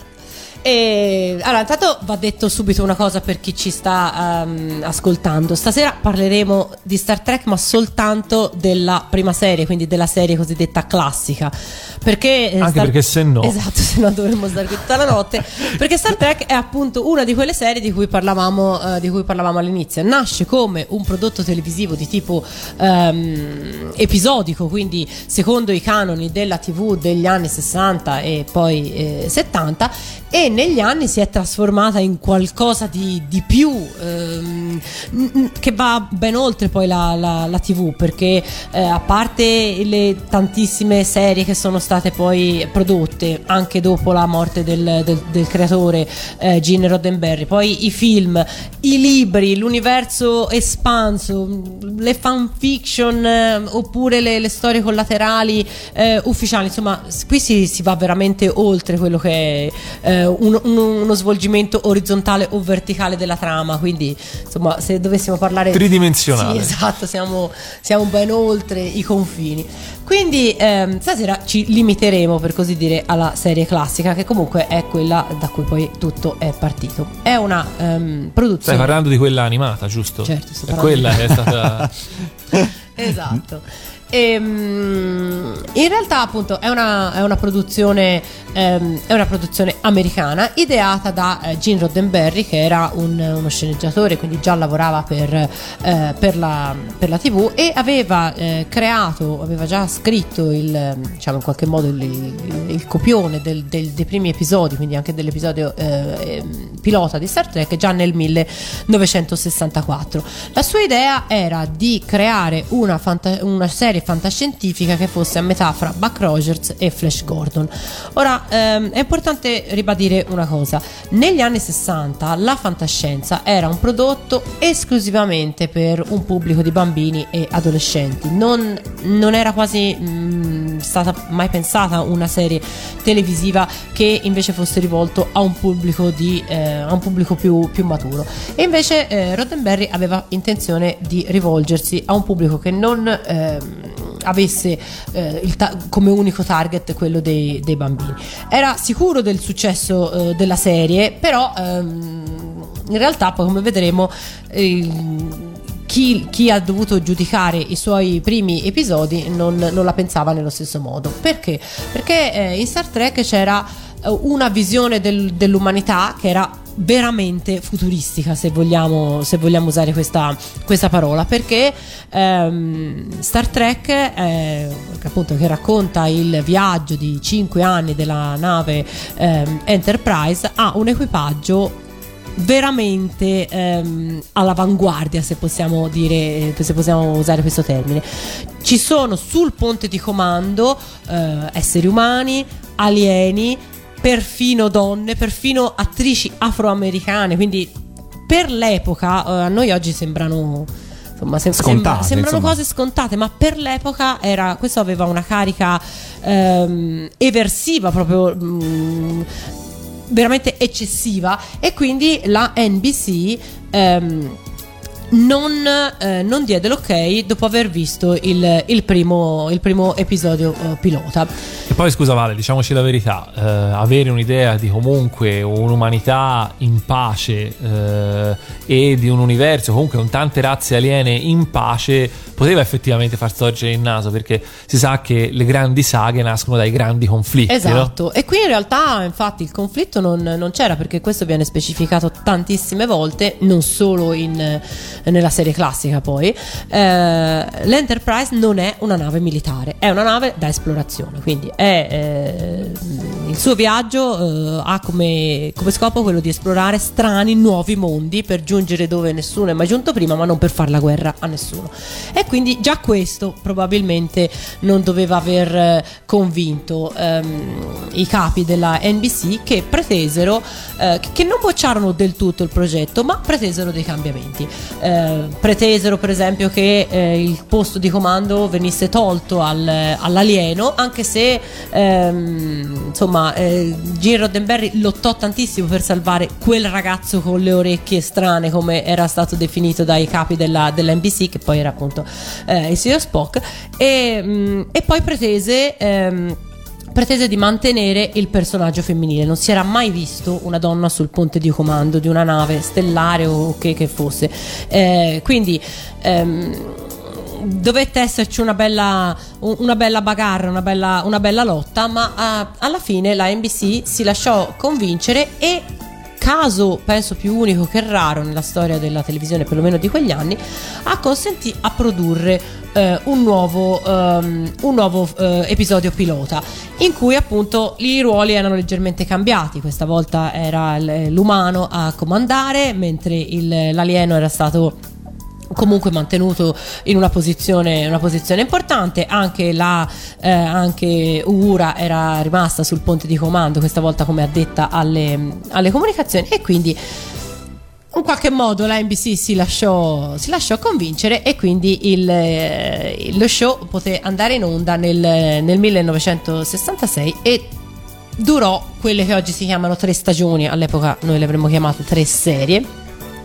E allora, intanto va detto subito una cosa per chi ci sta um, ascoltando. Stasera parleremo di Star Trek, ma soltanto della prima serie, quindi della serie cosiddetta classica. Perché eh, Anche Star... perché se no Esatto, se no dovremmo stare qui tutta la notte. Perché Star Trek è appunto una di quelle serie di cui parlavamo, uh, di cui parlavamo all'inizio. Nasce come un prodotto televisivo di tipo um, episodico, quindi secondo i canoni della tivù degli anni sessanta e poi eh, settanta, e negli anni si è trasformata in qualcosa di, di più ehm, che va ben oltre poi la, la, la tivù, perché eh, a parte le tantissime serie che sono state poi prodotte anche dopo la morte del, del, del creatore eh, Gene Roddenberry, poi i film, i libri, l'universo espanso, le fanfiction eh, oppure le, le storie collaterali eh, ufficiali, insomma qui si, si va veramente oltre quello che è eh, un, un, uno svolgimento orizzontale o verticale della trama, quindi insomma se dovessimo parlare tridimensionale, sì, esatto, siamo, siamo ben oltre i confini. Quindi ehm, stasera ci limiteremo, per così dire, alla serie classica, che comunque è quella da cui poi tutto è partito. È una ehm, produzione. Stai parlando di quella animata, giusto? Certo, sto è parlando quella di... che è stata esatto. Ehm, in realtà appunto è una, è una produzione ehm, è una produzione americana ideata da eh, Gene Roddenberry, che era un, uno sceneggiatore, quindi già lavorava per, eh, per, la, per la tivù, e aveva eh, creato, aveva già scritto il, diciamo in qualche modo il, il, il copione del, del, dei primi episodi, quindi anche dell'episodio eh, pilota di Star Trek, già nel millenovecentosessantaquattro. La sua idea era di creare una, fanta- una serie fantascientifica che fosse a metà fra Buck Rogers e Flash Gordon. Ora ehm, è importante ribadire una cosa: negli anni sessanta la fantascienza era un prodotto esclusivamente per un pubblico di bambini e adolescenti, non, non era quasi mh, stata mai pensata una serie televisiva che invece fosse rivolto a un pubblico di eh, a un pubblico più, più maturo, e invece eh, Roddenberry aveva intenzione di rivolgersi a un pubblico che non eh, avesse eh, il ta- come unico target quello dei, dei bambini. Era sicuro del successo eh, della serie, però ehm, in realtà poi, come vedremo, eh, chi, chi ha dovuto giudicare i suoi primi episodi non, non la pensava nello stesso modo. Perché? Perché eh, in Star Trek c'era eh, una visione del, dell'umanità che era veramente futuristica, se vogliamo, se vogliamo usare questa, questa parola, perché ehm, Star Trek eh, appunto, che racconta il viaggio di cinque anni della nave ehm, Enterprise, ha un equipaggio veramente ehm, all'avanguardia, se possiamo dire, se possiamo usare questo termine. Ci sono sul ponte di comando eh, esseri umani, alieni, perfino donne, perfino attrici afroamericane, quindi per l'epoca eh, a noi oggi sembrano insomma sem- scontate, sembrano insomma. cose scontate, ma per l'epoca era, questo aveva una carica ehm, eversiva, proprio mh, veramente eccessiva, e quindi la N B C ehm, non, eh, non diede l'ok dopo aver visto il, il, primo, il primo episodio eh, pilota. E poi scusa Vale, diciamoci la verità, eh, avere un'idea di comunque un'umanità in pace eh, e di un universo comunque con tante razze aliene in pace poteva effettivamente far storcere il naso, perché si sa che le grandi saghe nascono dai grandi conflitti. Esatto, no? E qui in realtà infatti il conflitto non, non c'era, perché questo viene specificato tantissime volte, non solo in, nella serie classica. Poi eh, l'Enterprise non è una nave militare, è una nave da esplorazione, quindi è, eh, il suo viaggio eh, ha come, come scopo quello di esplorare strani nuovi mondi per giungere dove nessuno è mai giunto prima, ma non per fare la guerra a nessuno. E quindi già questo probabilmente non doveva aver eh, convinto ehm, i capi della N B C, che pretesero eh, che non bocciarono del tutto il progetto, ma pretesero dei cambiamenti. Eh, eh, pretesero per esempio che eh, il posto di comando venisse tolto al, all'alieno, anche se ehm, insomma eh, Gene Roddenberry lottò tantissimo per salvare quel ragazzo con le orecchie strane, come era stato definito dai capi della, della N B C, che poi era appunto eh, il signor Spock, e, mh, e poi pretese ehm, pretese di mantenere il personaggio femminile. Non si era mai visto una donna sul ponte di comando di una nave stellare o che che fosse, eh, quindi ehm, dovette esserci una bella, una bella bagarre, una bella, una bella lotta, ma a, alla fine la N B C si lasciò convincere e, caso penso più unico che raro nella storia della televisione, perlomeno di quegli anni, acconsentì a produrre eh, un nuovo, um, un nuovo eh, episodio pilota, in cui appunto i ruoli erano leggermente cambiati. Questa volta era l'umano a comandare, mentre il, l'alieno era stato comunque mantenuto in una posizione, una posizione importante. Anche la eh, anche Uhura era rimasta sul ponte di comando, questa volta come addetta alle, alle comunicazioni, e quindi in qualche modo la N B C si lasciò, si lasciò convincere, e quindi il, eh, lo show poté andare in onda nel, nel millenovecentosessantasei e durò quelle che oggi si chiamano tre stagioni. All'epoca noi le avremmo chiamate tre serie,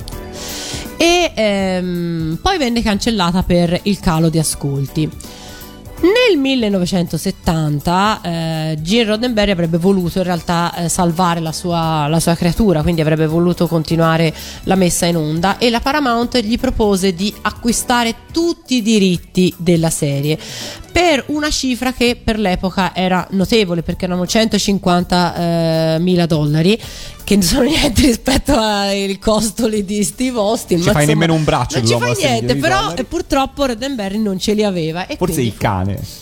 e ehm, poi venne cancellata per il calo di ascolti. Nel millenovecentosettanta eh, Gene Roddenberry avrebbe voluto in realtà eh, salvare la sua, la sua creatura, quindi avrebbe voluto continuare la messa in onda, e la Paramount gli propose di acquistare tutti i diritti della serie per una cifra che per l'epoca era notevole, perché erano centocinquantamila dollari, che non sono niente rispetto al costo lì di Steve Austin. Ci ma fai insomma, nemmeno un braccio, non ci l'uomo fa a niente, però dollari. purtroppo Roddenberry non ce li aveva, e Forse quindi il cane.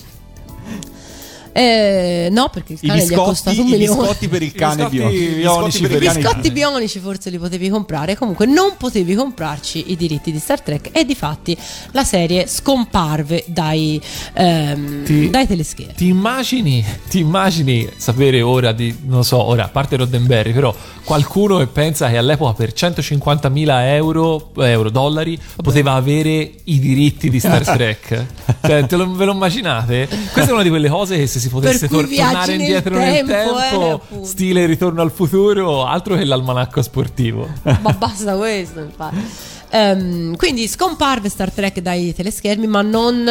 Eh, no, perché il I cane gli è costato un biscotti, i milione. biscotti per il cane biscotti bionici. bionici per per il I cane biscotti bionici forse li potevi comprare, comunque non potevi comprarci i diritti di Star Trek, e difatti la serie scomparve dai, ehm, Ti- dai teleschermi. Ti immagini, ti immagini sapere ora di, non so, ora a parte Roddenberry, però qualcuno che pensa che all'epoca per centocinquantamila euro, euro dollari poteva avere i diritti di Star Trek? Cioè, te lo, ve lo immaginate? Questa è una di quelle cose che se si potesse Per cui tor- tornare viaggi nel indietro nel tempo, tempo, eh, appunto. stile Ritorno al futuro, altro che l'almanacco sportivo. Ma basta questo, infatti. Ehm, quindi scomparve Star Trek dai teleschermi, ma non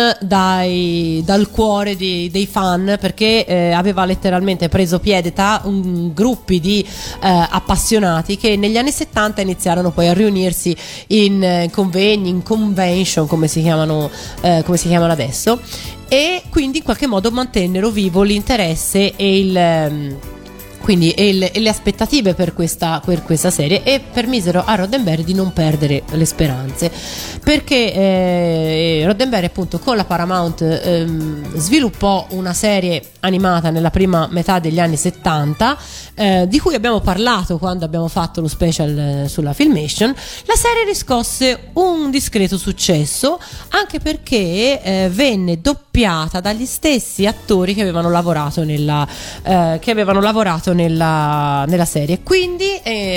dai, dal cuore di- dei fan, perché eh, aveva letteralmente preso piede tra un, gruppi di eh, appassionati che negli anni settanta iniziarono poi a riunirsi in eh, convegni, in convention, come si chiamano, eh, come si chiamano adesso, e quindi in qualche modo mantennero vivo l'interesse e il ehm, quindi e, il, e le aspettative per questa, per questa serie, e permisero a Roddenberry di non perdere le speranze, perché eh, Roddenberry appunto con la Paramount ehm, sviluppò una serie animata nella prima metà degli anni settanta, eh, di cui abbiamo parlato quando abbiamo fatto lo special eh, sulla Filmation. La serie riscosse un discreto successo, anche perché eh, venne doppiata dagli stessi attori che avevano lavorato nella, eh, che avevano lavorato nella, nella serie, quindi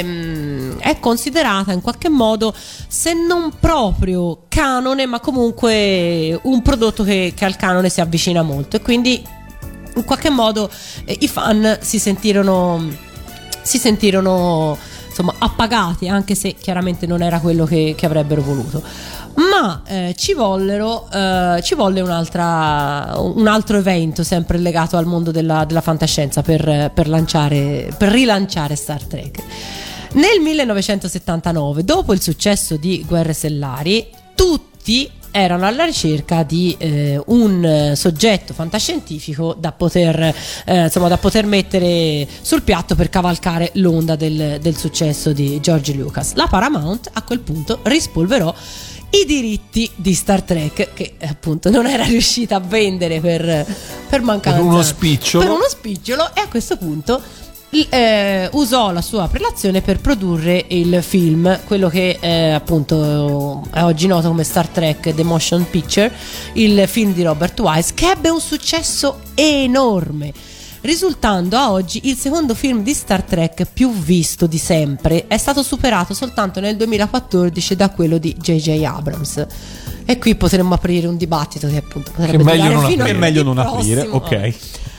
ehm, è considerata in qualche modo, se non proprio canone, ma comunque un prodotto che, che al canone si avvicina molto, e quindi in qualche modo eh, i fan si sentirono si sentirono insomma appagati, anche se chiaramente non era quello che, che avrebbero voluto. Ma eh, ci vollero eh, ci volle un'altra un altro evento sempre legato al mondo della, della fantascienza per, per lanciare per rilanciare Star Trek. Nel millenovecentosettantanove, dopo il successo di Guerre Stellari, tutti erano alla ricerca di eh, un soggetto fantascientifico da poter, eh, insomma, da poter mettere sul piatto per cavalcare l'onda del, del successo di George Lucas. La Paramount a quel punto rispolverò i diritti di Star Trek, che appunto non era riuscita a vendere per, per mancanza, Per uno spicciolo. per uno spicciolo, e a questo punto eh, usò la sua prelazione per produrre il film, quello che eh, appunto è oggi noto come Star Trek The Motion Picture, il film di Robert Wise, che ebbe un successo enorme. risultando a oggi il secondo film di Star Trek più visto di sempre. È stato superato soltanto nel duemilaquattordici da quello di J J Abrams. E qui potremmo aprire un dibattito che appunto potrebbe Che meglio durare non fino aprire. a È meglio non venerdì aprire, prossimo. ok.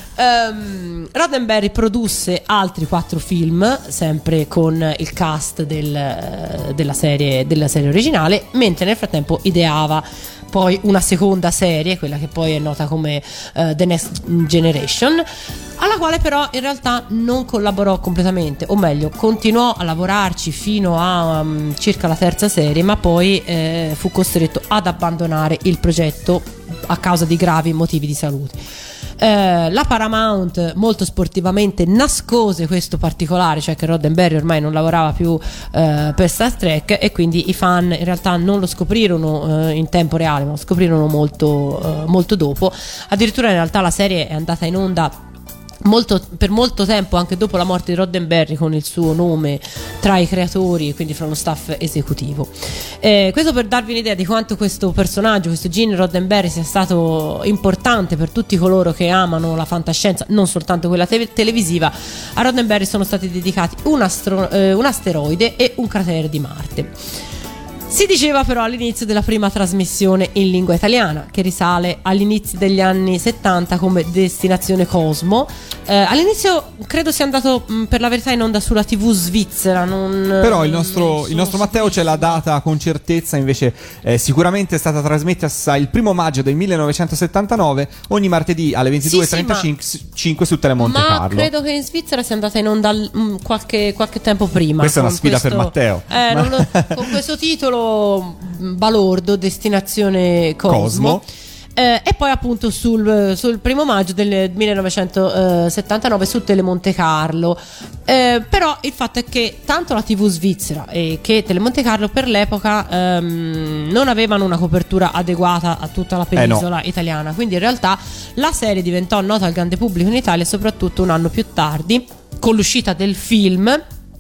Um, Roddenberry produsse altri quattro film, sempre con il cast del, della, serie, della serie originale, mentre nel frattempo ideava poi una seconda serie, quella che poi è nota come uh, The Next Generation, alla quale però in realtà non collaborò completamente, o meglio continuò a lavorarci fino a um, circa la terza serie, ma poi eh, fu costretto ad abbandonare il progetto a causa di gravi motivi di salute. Eh, la Paramount molto sportivamente nascose questo particolare, cioè che Roddenberry ormai non lavorava più eh, per Star Trek, e quindi i fan in realtà non lo scoprirono eh, in tempo reale, ma lo scoprirono molto, eh, molto dopo. Addirittura in realtà la serie è andata in onda Molto, per molto tempo anche dopo la morte di Roddenberry, con il suo nome tra i creatori, quindi fra lo staff esecutivo. Eh, questo per darvi un'idea di quanto questo personaggio, questo Gene Roddenberry, sia stato importante per tutti coloro che amano la fantascienza, non soltanto quella te- televisiva. A Roddenberry sono stati dedicati un, astro- eh, un asteroide e un cratere di Marte. Si diceva però all'inizio della prima trasmissione in lingua italiana, che risale agli inizi degli anni settanta come Destinazione Cosmo. Eh, all'inizio credo sia andato mh, per la verità in onda sulla tivù svizzera. Non, Però il nostro, non il nostro Matteo c'è la data con certezza, invece eh, sicuramente è stata trasmessa il primo maggio del millenovecentosettantanove, ogni martedì alle ventidue e trentacinque su Telemonte ma Carlo. credo che in Svizzera sia andata in onda mh, qualche, qualche tempo prima. Questa è una con sfida questo- per Matteo. eh, non lo- con questo titolo mh, balordo, Destinazione Cosmo. Cosmo. Eh, e poi appunto sul, sul primo maggio del millenovecentosettantanove su Telemonte Carlo. Eh, però il fatto è che tanto la tivù svizzera e che Telemonte Carlo per l'epoca ehm, non avevano una copertura adeguata a tutta la penisola italiana, quindi in realtà la serie diventò nota al grande pubblico in Italia soprattutto un anno più tardi, con l'uscita del film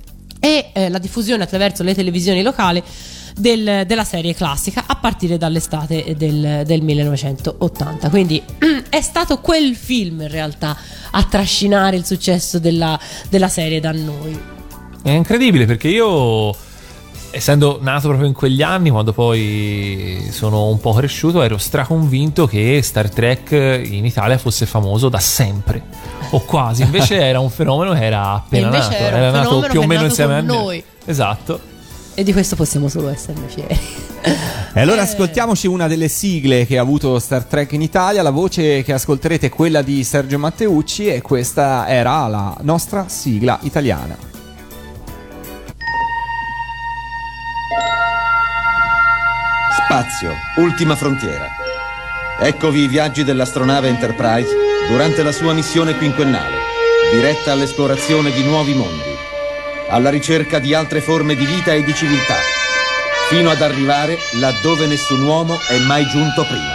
e eh, la diffusione attraverso le televisioni locali del- della serie classica a partire dall'estate del, del millenovecentottanta. Quindi è stato quel film in realtà a trascinare il successo della, della serie da noi. È incredibile, perché io, essendo nato proprio in quegli anni, quando poi sono un po' cresciuto, ero straconvinto che Star Trek in Italia fosse famoso da sempre, o quasi. Invece era un fenomeno che era appena E invece nato, era un era nato fenomeno più o che è meno nato insieme a con noi. noi. Esatto. E di questo possiamo solo esserne fieri. E allora Eh. ascoltiamoci una delle sigle che ha avuto Star Trek in Italia. La voce che ascolterete è quella di Sergio Matteucci e questa era la nostra sigla italiana. Spazio, ultima frontiera. Eccovi i viaggi dell'astronave Enterprise durante la sua missione quinquennale, diretta all'esplorazione di nuovi mondi, alla ricerca di altre forme di vita e di civiltà, fino ad arrivare laddove nessun uomo è mai giunto prima.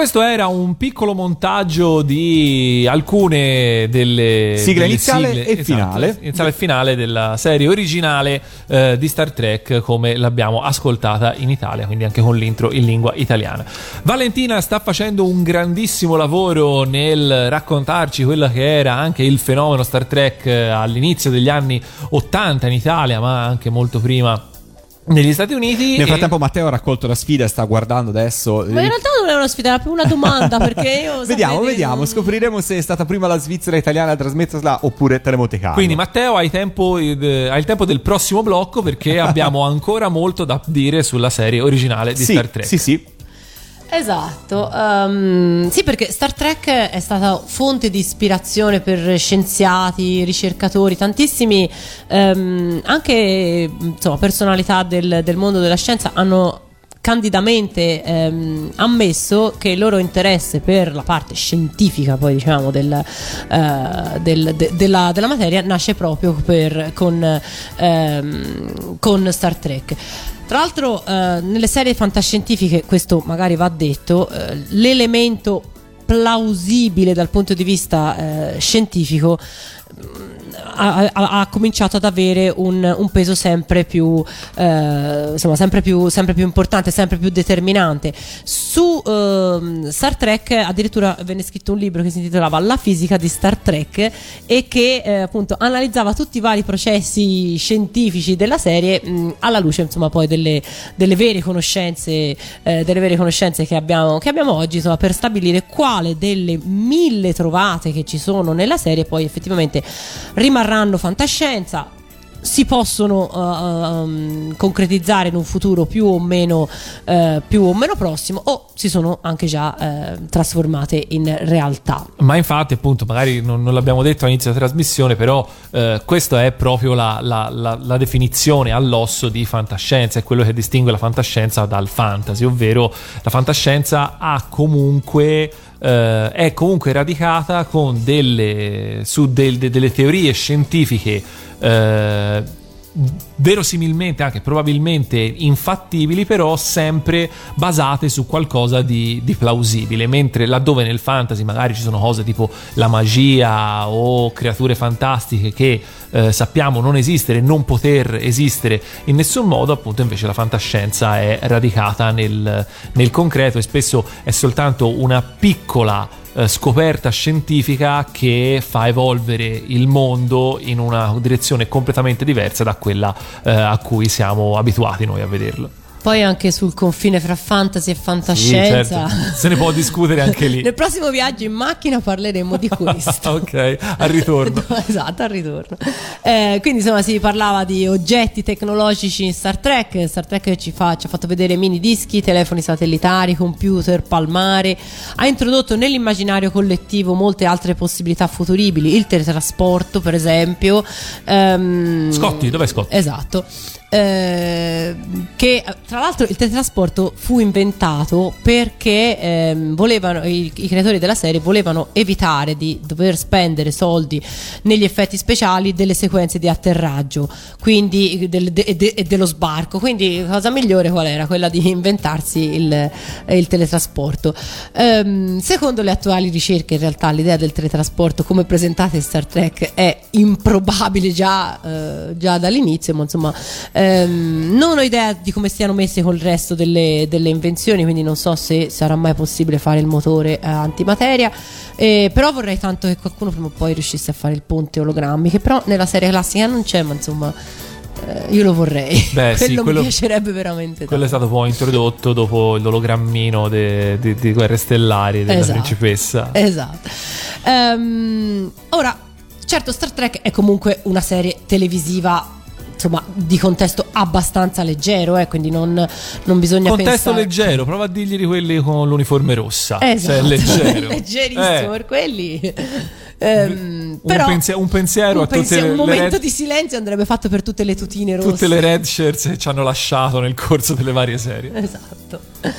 questo era un piccolo montaggio di alcune delle sigla delle iniziale sigle, e esatto, finale. iniziale e finale della serie originale eh, di Star Trek, come l'abbiamo ascoltata in Italia, quindi anche con l'intro in lingua italiana. Valentina sta facendo un grandissimo lavoro nel raccontarci quello che era anche il fenomeno Star Trek all'inizio degli anni ottanta in Italia, ma anche molto prima negli Stati Uniti. Nel frattempo Matteo ha raccolto la sfida e sta guardando adesso. Ma in realtà non è una sfida, era più una domanda, perché io Vediamo, sapete, vediamo, non- scopriremo se è stata prima la Svizzera italiana a trasmetterla oppure Telemonte Carlo. Quindi Matteo, hai tempo, eh, hai il tempo del prossimo blocco, perché abbiamo ancora molto da dire sulla serie originale di sì, Star Trek. Sì, sì. Esatto, ehm, sì, perché Star Trek è stata fonte di ispirazione per scienziati, ricercatori, tantissimi ehm, anche insomma, personalità del, del mondo della scienza hanno candidamente ehm, ammesso che il loro interesse per la parte scientifica, poi diciamo del, eh, del- de- della, della materia nasce proprio per, con, ehm, con Star Trek. Tra l'altro eh, nelle serie fantascientifiche, questo magari va detto, eh, l'elemento plausibile dal punto di vista eh, scientifico ha, ha- ha cominciato ad avere un, un peso sempre più eh, insomma sempre più sempre più importante, sempre più determinante. Su ehm, Star Trek addirittura venne scritto un libro che si intitolava La fisica di Star Trek e che eh, appunto analizzava tutti i vari processi scientifici della serie mh, alla luce insomma poi delle, delle vere conoscenze eh, delle vere conoscenze che abbiamo, che abbiamo oggi, insomma, per stabilire quale delle mille trovate che ci sono nella serie poi effettivamente rimarranno fantascienza, si possono uh, um, concretizzare in un futuro più o meno uh, più o meno prossimo, o si sono anche già uh, trasformate in realtà. Ma infatti, appunto, magari non, non l'abbiamo detto all'inizio della trasmissione, però eh, questa è proprio la, la, la, la definizione all'osso di fantascienza, è quello che distingue la fantascienza dal fantasy, ovvero la fantascienza ha comunque eh, è comunque radicata con delle su del- de- delle teorie scientifiche eh, verosimilmente, anche probabilmente infattibili, però sempre basate su qualcosa di, di plausibile, mentre laddove nel fantasy magari ci sono cose tipo la magia o creature fantastiche che eh, sappiamo non esistere, non poter esistere in nessun modo, appunto invece la fantascienza è radicata nel, nel concreto e spesso è soltanto una piccola eh, scoperta scientifica che fa evolvere il mondo in una direzione completamente diversa da quella eh, a cui siamo abituati noi a vederlo. Poi anche sul confine fra fantasy e fantascienza, Sì, certo. Se ne può discutere anche lì. nel prossimo viaggio in macchina parleremo di questo. Ok, al ritorno. Esatto, al ritorno. Eh, quindi insomma si parlava di oggetti tecnologici in Star Trek. Star Trek ci, fa, ci ha fatto vedere mini dischi, telefoni satellitari, computer, palmare. Ha introdotto nell'immaginario collettivo molte altre possibilità futuribili, il teletrasporto per esempio. Ehm, Scotti, dov'è Scotti? Esatto. Eh, che tra l'altro il teletrasporto fu inventato perché ehm, volevano i, i creatori della serie volevano evitare di dover spendere soldi negli effetti speciali delle sequenze di atterraggio, quindi del, de, de, dello sbarco, quindi la cosa migliore qual era? Quella di inventarsi il, il teletrasporto. Ehm, secondo le attuali ricerche in realtà l'idea del teletrasporto come presentata in Star Trek è improbabile già, eh, già dall'inizio, ma insomma ehm, non ho idea di come stiano messe col resto delle, delle invenzioni, quindi non so se sarà mai possibile fare il motore eh, antimateria, eh, però vorrei tanto che qualcuno prima o poi riuscisse a fare il ponte ologrammi, che però nella serie classica non c'è, ma insomma eh, io lo vorrei. Beh, quello, sì, quello mi piacerebbe veramente quello è tanto. stato poi introdotto dopo l'ologrammino de- di, di Guerre Stellari della Esatto. principessa. Esatto. Ehm, ora, certo, Star Trek è comunque una serie televisiva, insomma, di contesto abbastanza leggero, eh, quindi non, non bisogna Contesto pensare... leggero, prova a dirgli di quelli con l'uniforme rossa. Esatto. Se è leggero. Leggerissimo Eh. per quelli. Ehm, Un, però pensiero, un pensiero un, a tutte pensiero- le, un le momento red, di silenzio andrebbe fatto per tutte le tutine rosse. tutte le red shirts che ci hanno lasciato nel corso delle varie serie. Esatto.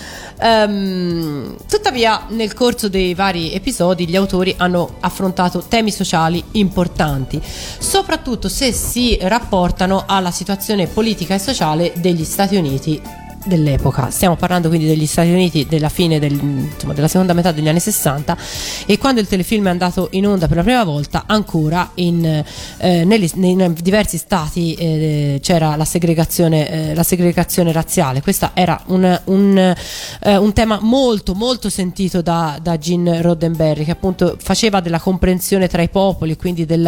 Ehm, tuttavia, nel corso dei vari episodi, gli autori hanno affrontato temi sociali importanti, soprattutto se si rapportano alla situazione politica e sociale degli Stati Uniti dell'epoca. Stiamo parlando quindi degli Stati Uniti della fine del, insomma, della seconda metà degli anni sessanta, e quando il telefilm è andato in onda per la prima volta ancora in, eh, negli, nei diversi stati eh, c'era la segregazione, eh, la segregazione razziale. Questo era un, un, eh, un tema molto molto sentito da, da Gene Roddenberry, che appunto faceva della comprensione tra i popoli, quindi del,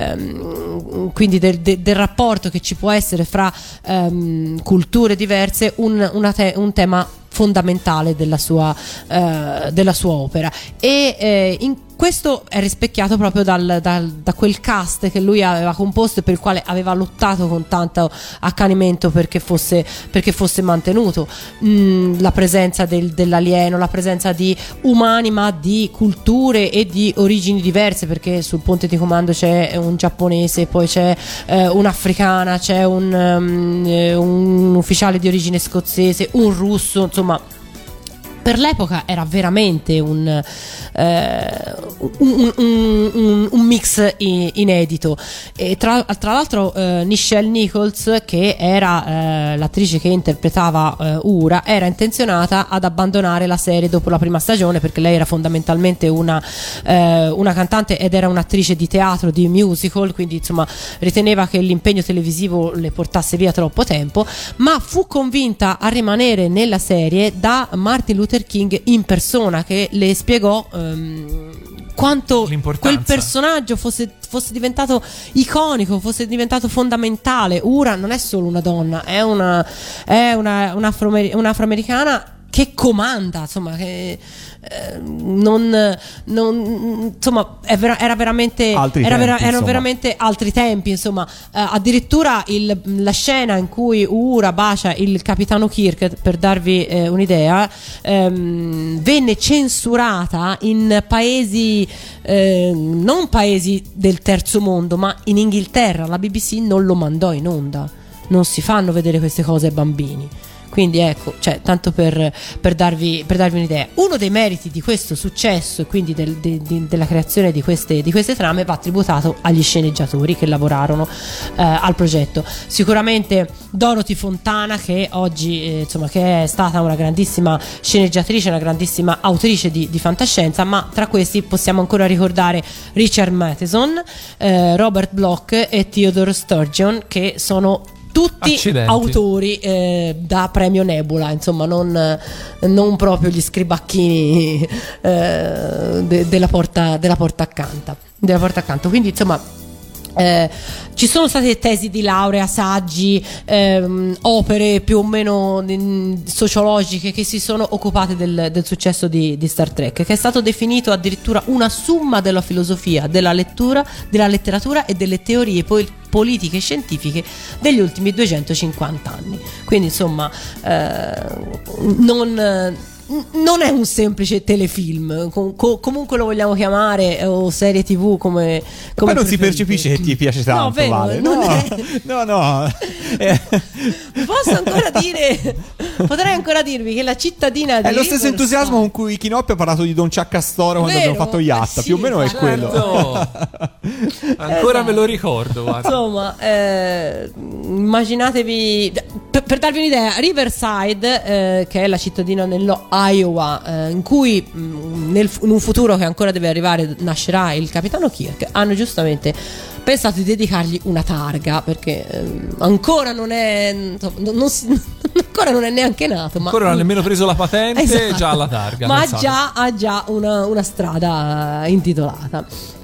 ehm, quindi del, de, del rapporto che ci può essere fra ehm, culture diverse un, una te, un tema fondamentale della sua, eh, della sua opera, e eh, in questo è rispecchiato proprio dal, dal, da quel cast che lui aveva composto e per il quale aveva lottato con tanto accanimento perché fosse, perché fosse mantenuto. Mm, la presenza del, dell'alieno, la presenza di umani ma di culture e di origini diverse, perché sul ponte di comando c'è un giapponese, poi c'è eh, un'africana, c'è un, um, un ufficiale di origine scozzese, un russo, insomma. Per l'epoca era veramente un, eh, un, un, un, un mix inedito. E tra, tra l'altro eh, Nichelle Nichols, che era eh, l'attrice che interpretava eh, Uhura, era intenzionata ad abbandonare la serie dopo la prima stagione, perché lei era fondamentalmente una, eh, una cantante ed era un'attrice di teatro, di musical, quindi insomma riteneva che l'impegno televisivo le portasse via troppo tempo, ma fu convinta a rimanere nella serie da Martin Luther King in persona, che le spiegò um, quanto quel personaggio fosse, fosse diventato iconico, fosse diventato fondamentale. Uhura non è solo una donna, è una, è una, un'afroamer- un'afroamericana che comanda, insomma, che eh, non, non insomma è vera, era veramente altri era tempi, vera, erano insomma. veramente altri tempi, insomma. Eh, addirittura il, la scena in cui Uhura bacia il capitano Kirk, per darvi eh, un'idea, ehm, venne censurata in paesi eh, non paesi del terzo mondo, ma in Inghilterra. La B B C non lo mandò in onda. Non si fanno vedere queste cose ai bambini. Quindi ecco, cioè, tanto per, per, darvi, per darvi un'idea, uno dei meriti di questo successo e quindi del, de, de, della creazione di queste, di queste trame va tributato agli sceneggiatori che lavorarono eh, al progetto. Sicuramente Dorothy Fontana, che oggi eh, insomma, che è stata una grandissima sceneggiatrice, una grandissima autrice di, di fantascienza, ma tra questi possiamo ancora ricordare Richard Matheson, eh, Robert Bloch e Theodore Sturgeon, che sono tutti Accidenti. autori eh, da premio Nebula, insomma, non, non proprio gli scribacchini eh, de, della, porta, della porta accanto, della porta accanto. Quindi insomma eh, ci sono state tesi di laurea, saggi, ehm, opere più o meno mh, sociologiche che si sono occupate del, del successo di, di Star Trek, che è stato definito addirittura una summa della filosofia, della lettura, della letteratura e delle teorie poi politiche e scientifiche degli ultimi duecentocinquanta anni. Quindi insomma eh, non non è un semplice telefilm, com- com- comunque lo vogliamo chiamare, o serie tv, come, come ma non si preferite. percepisce che ti piace tanto, no, vero, Vale. non No, è... no, no. Eh. Posso ancora dire, potrei ancora dirvi che la cittadina di È lo stesso Riverside- entusiasmo con cui Chinoppi ha parlato di Don Ciaccastoro quando Vero? abbiamo fatto Yatta, Eh, più o sì, meno è certo. quello. Ancora Esatto. me lo ricordo, guarda. Insomma, eh, immaginatevi, per, per darvi un'idea, Riverside, eh, che è la cittadina nello Iowa, eh, in cui mh, nel, in un futuro che ancora deve arrivare nascerà il capitano Kirk, hanno giustamente pensato di dedicargli una targa, perché ehm, ancora non è insomma, non, non si, ancora non è neanche nato, ma Ancora non ha nemmeno preso la patente, Esatto. già alla targa. ma ha pensate. già, ha già una, una strada intitolata.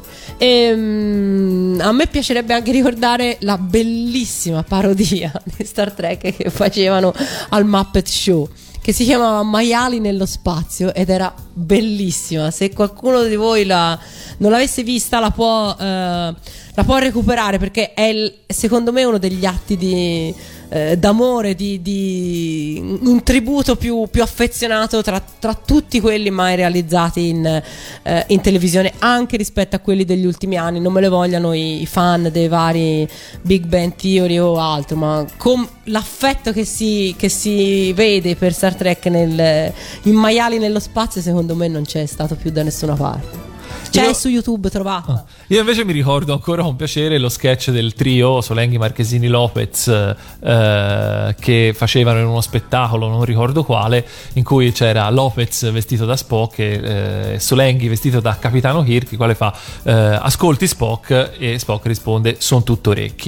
Ehm, a me piacerebbe anche ricordare la bellissima parodia di Star Trek che facevano al Muppet Show, che si chiamava Maiali nello spazio, ed era bellissima. Se qualcuno di voi la, non l'avesse vista la può, eh, la può recuperare, perché è il, secondo me uno degli atti di, eh, d'amore, di, di un tributo più, più affezionato tra, tra tutti quelli mai realizzati in, eh, in televisione, anche rispetto a quelli degli ultimi anni. Non me le vogliano i, i fan dei vari Big Bang Theory o altro, ma con l'affetto che si, che si vede per Star Trek nel, in Maiali nello spazio, secondo me non c'è stato più da nessuna parte. C'è Io- su YouTube, trovata. Io invece mi ricordo ancora con piacere lo sketch del trio Solenghi, Marchesini, Lopez eh, che facevano in uno spettacolo, non ricordo quale, in cui c'era Lopez vestito da Spock e eh, Solenghi vestito da Capitano Kirk, il quale fa eh, ascolti Spock, e Spock risponde son tutto orecchi.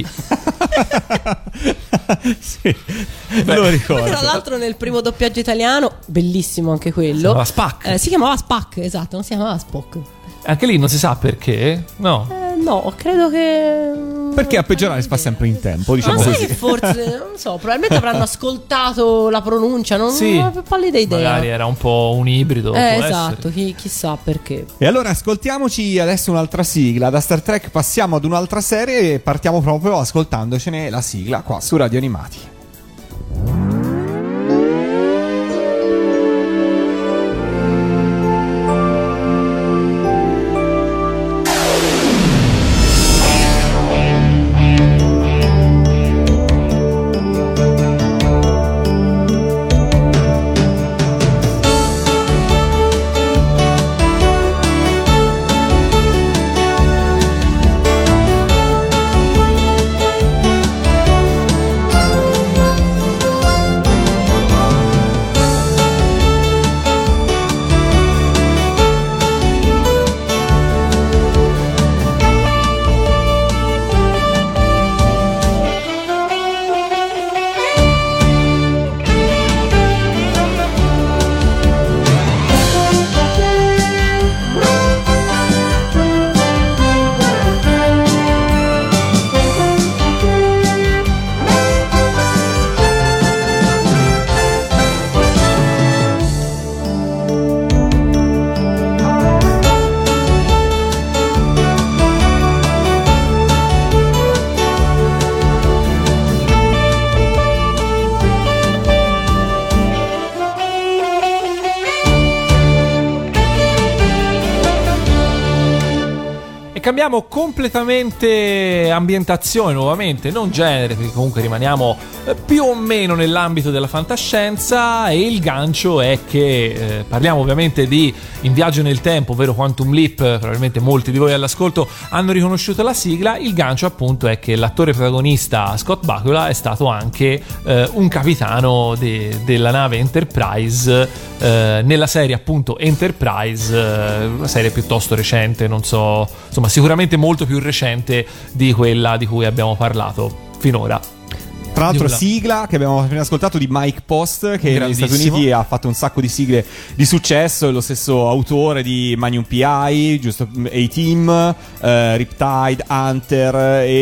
Sì, Beh, lo Poi, ricordo. tra l'altro, nel primo doppiaggio italiano, bellissimo anche quello. Si chiamava Spack. Eh, si chiamava Spack, esatto, non si chiamava Spock. Anche lì non si sa perché, no? Eh, no, credo che. Perché a peggiorare si fa sempre in tempo, diciamo Ma sai così. che forse, non so, probabilmente avranno ascoltato la pronuncia, non, Sì, non ho pallida idea. magari era un po' un ibrido. Eh, può esatto, essere. chi- chissà perché. E allora ascoltiamoci adesso un'altra sigla. Da Star Trek passiamo ad un'altra serie e partiamo proprio ascoltandocene la sigla qua su Radio Animati. Cambiamo completamente ambientazione nuovamente, non genere, perché comunque rimaniamo eh, più o meno nell'ambito della fantascienza, e il gancio è che eh, parliamo ovviamente di In viaggio nel tempo, ovvero Quantum Leap. Probabilmente molti di voi all'ascolto hanno riconosciuto la sigla. Il gancio appunto è che l'attore protagonista Scott Bakula è stato anche eh, un capitano de- della nave Enterprise eh, nella serie appunto Enterprise, eh, una serie piuttosto recente, non so, insomma sicuramente molto più recente di quella di cui abbiamo parlato finora. Tra l'altro Nulla. sigla che abbiamo appena ascoltato di Mike Post, che negli Stati Grandissimo. Uniti ha fatto un sacco di sigle di successo, è lo stesso autore di Magnum P I, giusto, A-Team, eh, Riptide, Hunter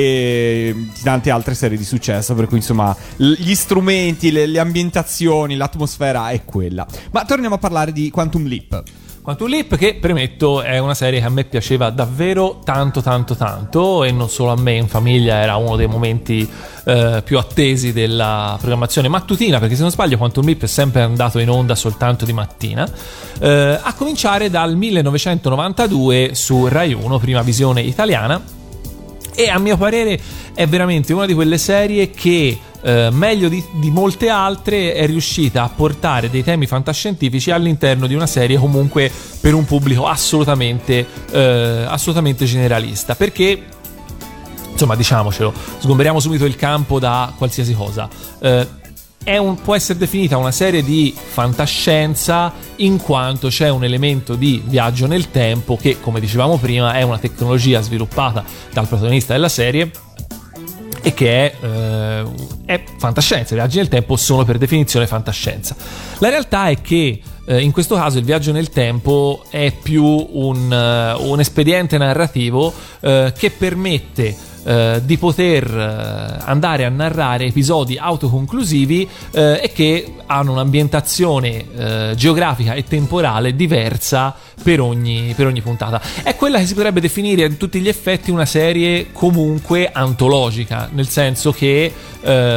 e di tante altre serie di successo, per cui insomma l- gli strumenti, le, le ambientazioni, l'atmosfera è quella. Ma torniamo a parlare di Quantum Leap. Quantum Leap, che premetto è una serie che a me piaceva davvero tanto tanto tanto, e non solo a me, in famiglia era uno dei momenti eh, più attesi della programmazione mattutina, perché se non sbaglio Quantum Leap è sempre andato in onda soltanto di mattina, eh, a cominciare dal millenovecentonovantadue su Rai uno, prima visione italiana, e a mio parere è veramente una di quelle serie che Uh, meglio di, di molte altre è riuscita a portare dei temi fantascientifici all'interno di una serie comunque per un pubblico assolutamente uh, assolutamente generalista, perché insomma, diciamocelo, sgomberiamo subito il campo da qualsiasi cosa. Uh, è un, può essere definita una serie di fantascienza in quanto c'è un elemento di viaggio nel tempo che, come dicevamo prima, è una tecnologia sviluppata dal protagonista della serie e che è, eh, è fantascienza. I viaggi nel tempo sono per definizione fantascienza. La realtà è che eh, in questo caso il viaggio nel tempo è più un, uh, un espediente narrativo uh, che permette Uh, di poter uh, andare a narrare episodi autoconclusivi uh, e che hanno un'ambientazione uh, geografica e temporale diversa per ogni, per ogni puntata. È quella che si potrebbe definire a tutti gli effetti una serie comunque antologica, nel senso che uh,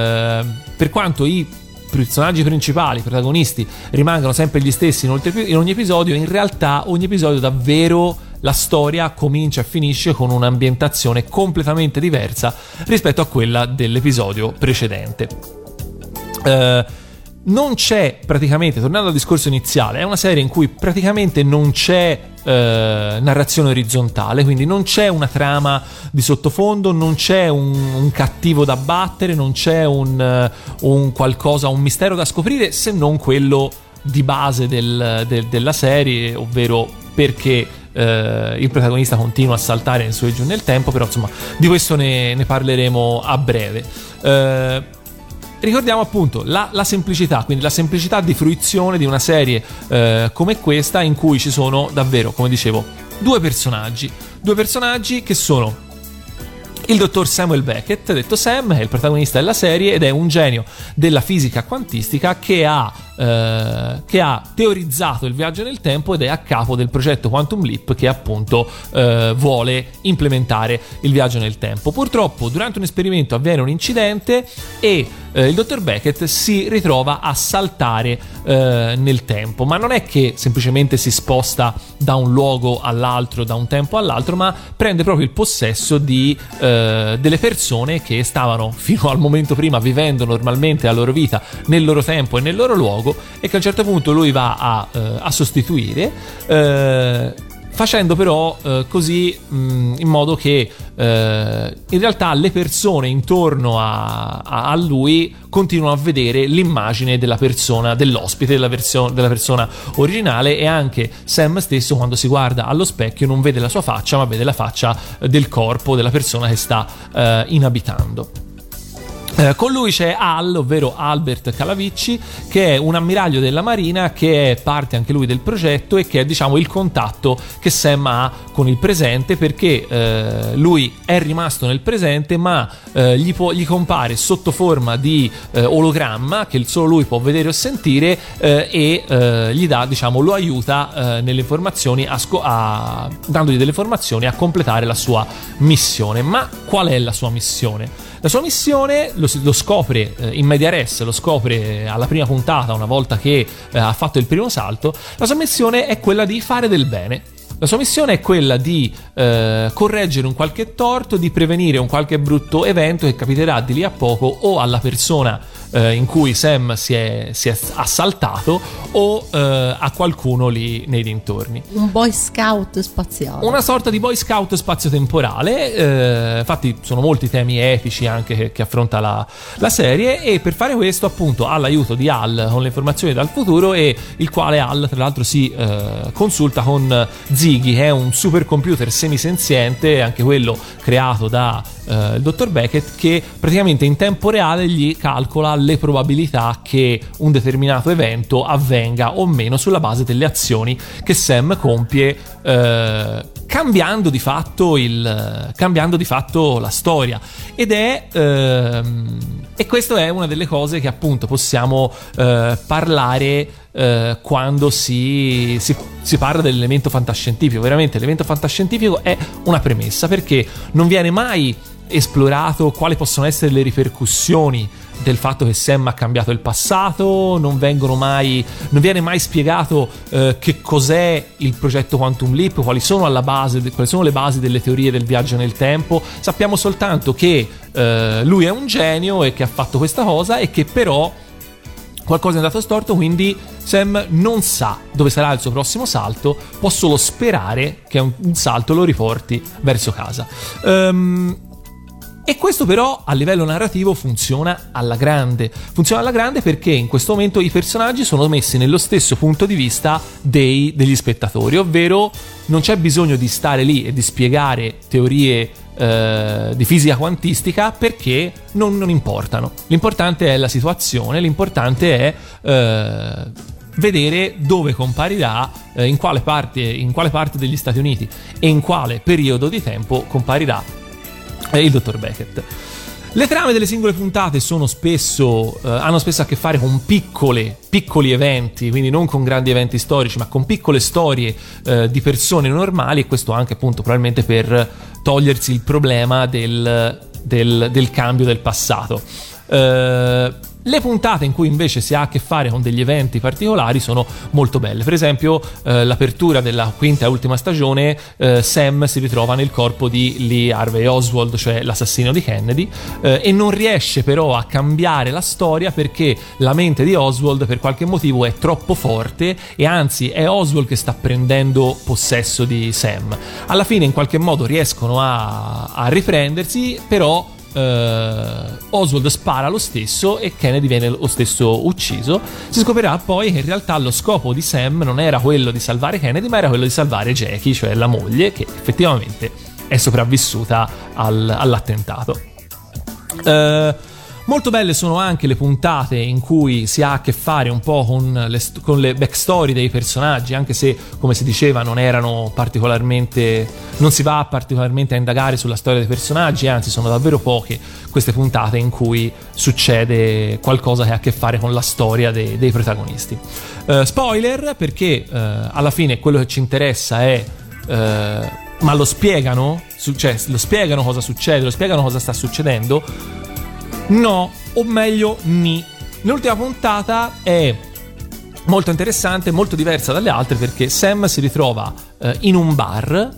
per quanto i personaggi principali, i protagonisti rimangano sempre gli stessi in, oltre, in ogni episodio, in realtà ogni episodio davvero la storia comincia e finisce con un'ambientazione completamente diversa rispetto a quella dell'episodio precedente. Uh, non c'è praticamente, tornando al discorso iniziale, è una serie in cui praticamente non c'è eh, narrazione orizzontale, quindi non c'è una trama di sottofondo, non c'è un, un cattivo da battere, non c'è un, un qualcosa, un mistero da scoprire, se non quello di base del, del, della serie, ovvero perché eh, il protagonista continua a saltare in su e giù nel tempo. Però insomma di questo ne, ne parleremo a breve. Eh, ricordiamo appunto la, la semplicità, quindi la semplicità di fruizione di una serie eh, come questa, in cui ci sono davvero, come dicevo, due personaggi due personaggi che sono il dottor Samuel Beckett, detto Sam, è il protagonista della serie ed è un genio della fisica quantistica che ha, eh, che ha teorizzato il viaggio nel tempo ed è a capo del progetto Quantum Leap, che appunto eh, vuole implementare il viaggio nel tempo. Purtroppo durante un esperimento avviene un incidente e eh, il dottor Beckett si ritrova a saltare eh, nel tempo, ma non è che semplicemente si sposta da un luogo all'altro, da un tempo all'altro, ma prende proprio il possesso di eh, delle persone che stavano fino al momento prima vivendo normalmente la loro vita nel loro tempo e nel loro luogo, e che a un certo punto lui va a, eh, a sostituire, eh, facendo però eh, così mh, in modo che eh, in realtà le persone intorno a, a, a lui continuano a vedere l'immagine della persona, dell'ospite, della, versione, della persona originale, e anche Sam stesso, quando si guarda allo specchio, non vede la sua faccia ma vede la faccia del corpo della persona che sta eh, inabitando. Eh, con lui c'è Al, ovvero Albert Calavicci, che è un ammiraglio della Marina, che è parte anche lui del progetto e che è, diciamo, il contatto che Sam ha con il presente, perché eh, lui è rimasto nel presente, ma eh, gli, può, gli compare sotto forma di eh, ologramma che solo lui può vedere o sentire, eh, e eh, gli dà, diciamo, lo aiuta eh, nelle informazioni, a sco- a, dandogli delle informazioni a completare la sua missione. Ma qual è la sua missione? La sua missione lo, lo scopre eh, in media res, lo scopre alla prima puntata, una volta che eh, ha fatto il primo salto. La sua missione è quella di fare del bene. La sua missione è quella di eh, correggere un qualche torto, di prevenire un qualche brutto evento che capiterà di lì a poco o alla persona eh, in cui Sam si è, si è assaltato, o eh, a qualcuno lì nei dintorni. Un boy scout spaziale. Una sorta di boy scout spazio-temporale. Eh, infatti sono molti temi etici anche che, che affronta la, la serie, e per fare questo appunto ha l'aiuto di Al con le informazioni dal futuro, e il quale Al tra l'altro si eh, consulta con Ziggy, che è un supercomputer semisenziente, anche quello creato da eh, il dottor Beckett, che praticamente in tempo reale gli calcola le probabilità che un determinato evento avvenga o meno sulla base delle azioni che Sam compie, eh, cambiando di fatto il cambiando di fatto la storia. Ed è ehm, e questo è una delle cose che appunto possiamo eh, parlare eh, quando si, si, si parla dell'elemento fantascientifico. Veramente l'elemento fantascientifico è una premessa, perché non viene mai esplorato quali possono essere le ripercussioni del fatto che Sam ha cambiato il passato, non vengono mai non viene mai spiegato eh, che cos'è il progetto Quantum Leap, quali sono alla base quali sono le basi delle teorie del viaggio nel tempo. Sappiamo soltanto che eh, lui è un genio e che ha fatto questa cosa, e che però qualcosa è andato storto, quindi Sam non sa dove sarà il suo prossimo salto, può solo sperare che un, un salto lo riporti verso casa. Um, E questo però a livello narrativo funziona alla grande. Funziona alla grande perché in questo momento i personaggi sono messi nello stesso punto di vista dei, degli spettatori, ovvero non c'è bisogno di stare lì e di spiegare teorie eh, di fisica quantistica, perché non, non importano. L'importante è la situazione, l'importante è eh, vedere dove comparirà, eh, in quale parte, in quale parte degli Stati Uniti e in quale periodo di tempo comparirà il dottor Beckett. Le trame delle singole puntate sono spesso eh, hanno spesso a che fare con piccole piccoli eventi, quindi non con grandi eventi storici, ma con piccole storie eh, di persone normali, e questo anche appunto probabilmente per togliersi il problema del, del, del cambio del passato. Eh, Le puntate in cui invece si ha a che fare con degli eventi particolari sono molto belle. Per esempio, eh, l'apertura della quinta e ultima stagione, eh, Sam si ritrova nel corpo di Lee Harvey Oswald, cioè l'assassino di Kennedy, eh, e non riesce però a cambiare la storia perché la mente di Oswald per qualche motivo è troppo forte e anzi è Oswald che sta prendendo possesso di Sam. Alla fine in qualche modo riescono a, a riprendersi, però Uh, Oswald spara lo stesso e Kennedy viene lo stesso ucciso. Si scoprirà poi che in realtà lo scopo di Sam non era quello di salvare Kennedy, ma era quello di salvare Jackie, cioè la moglie, che effettivamente è sopravvissuta al, all'attentato. Uh, Molto belle sono anche le puntate in cui si ha a che fare un po' con le, con le backstory dei personaggi, anche se, come si diceva, non erano particolarmente, non si va particolarmente a indagare sulla storia dei personaggi, anzi sono davvero poche queste puntate in cui succede qualcosa che ha a che fare con la storia dei, dei protagonisti. Uh, spoiler, perché uh, alla fine quello che ci interessa è uh, ma lo spiegano? Cioè, lo spiegano cosa succede, lo spiegano cosa sta succedendo? No, o meglio ni. L'ultima puntata è molto interessante, molto diversa dalle altre perché Sam si ritrova eh, in un bar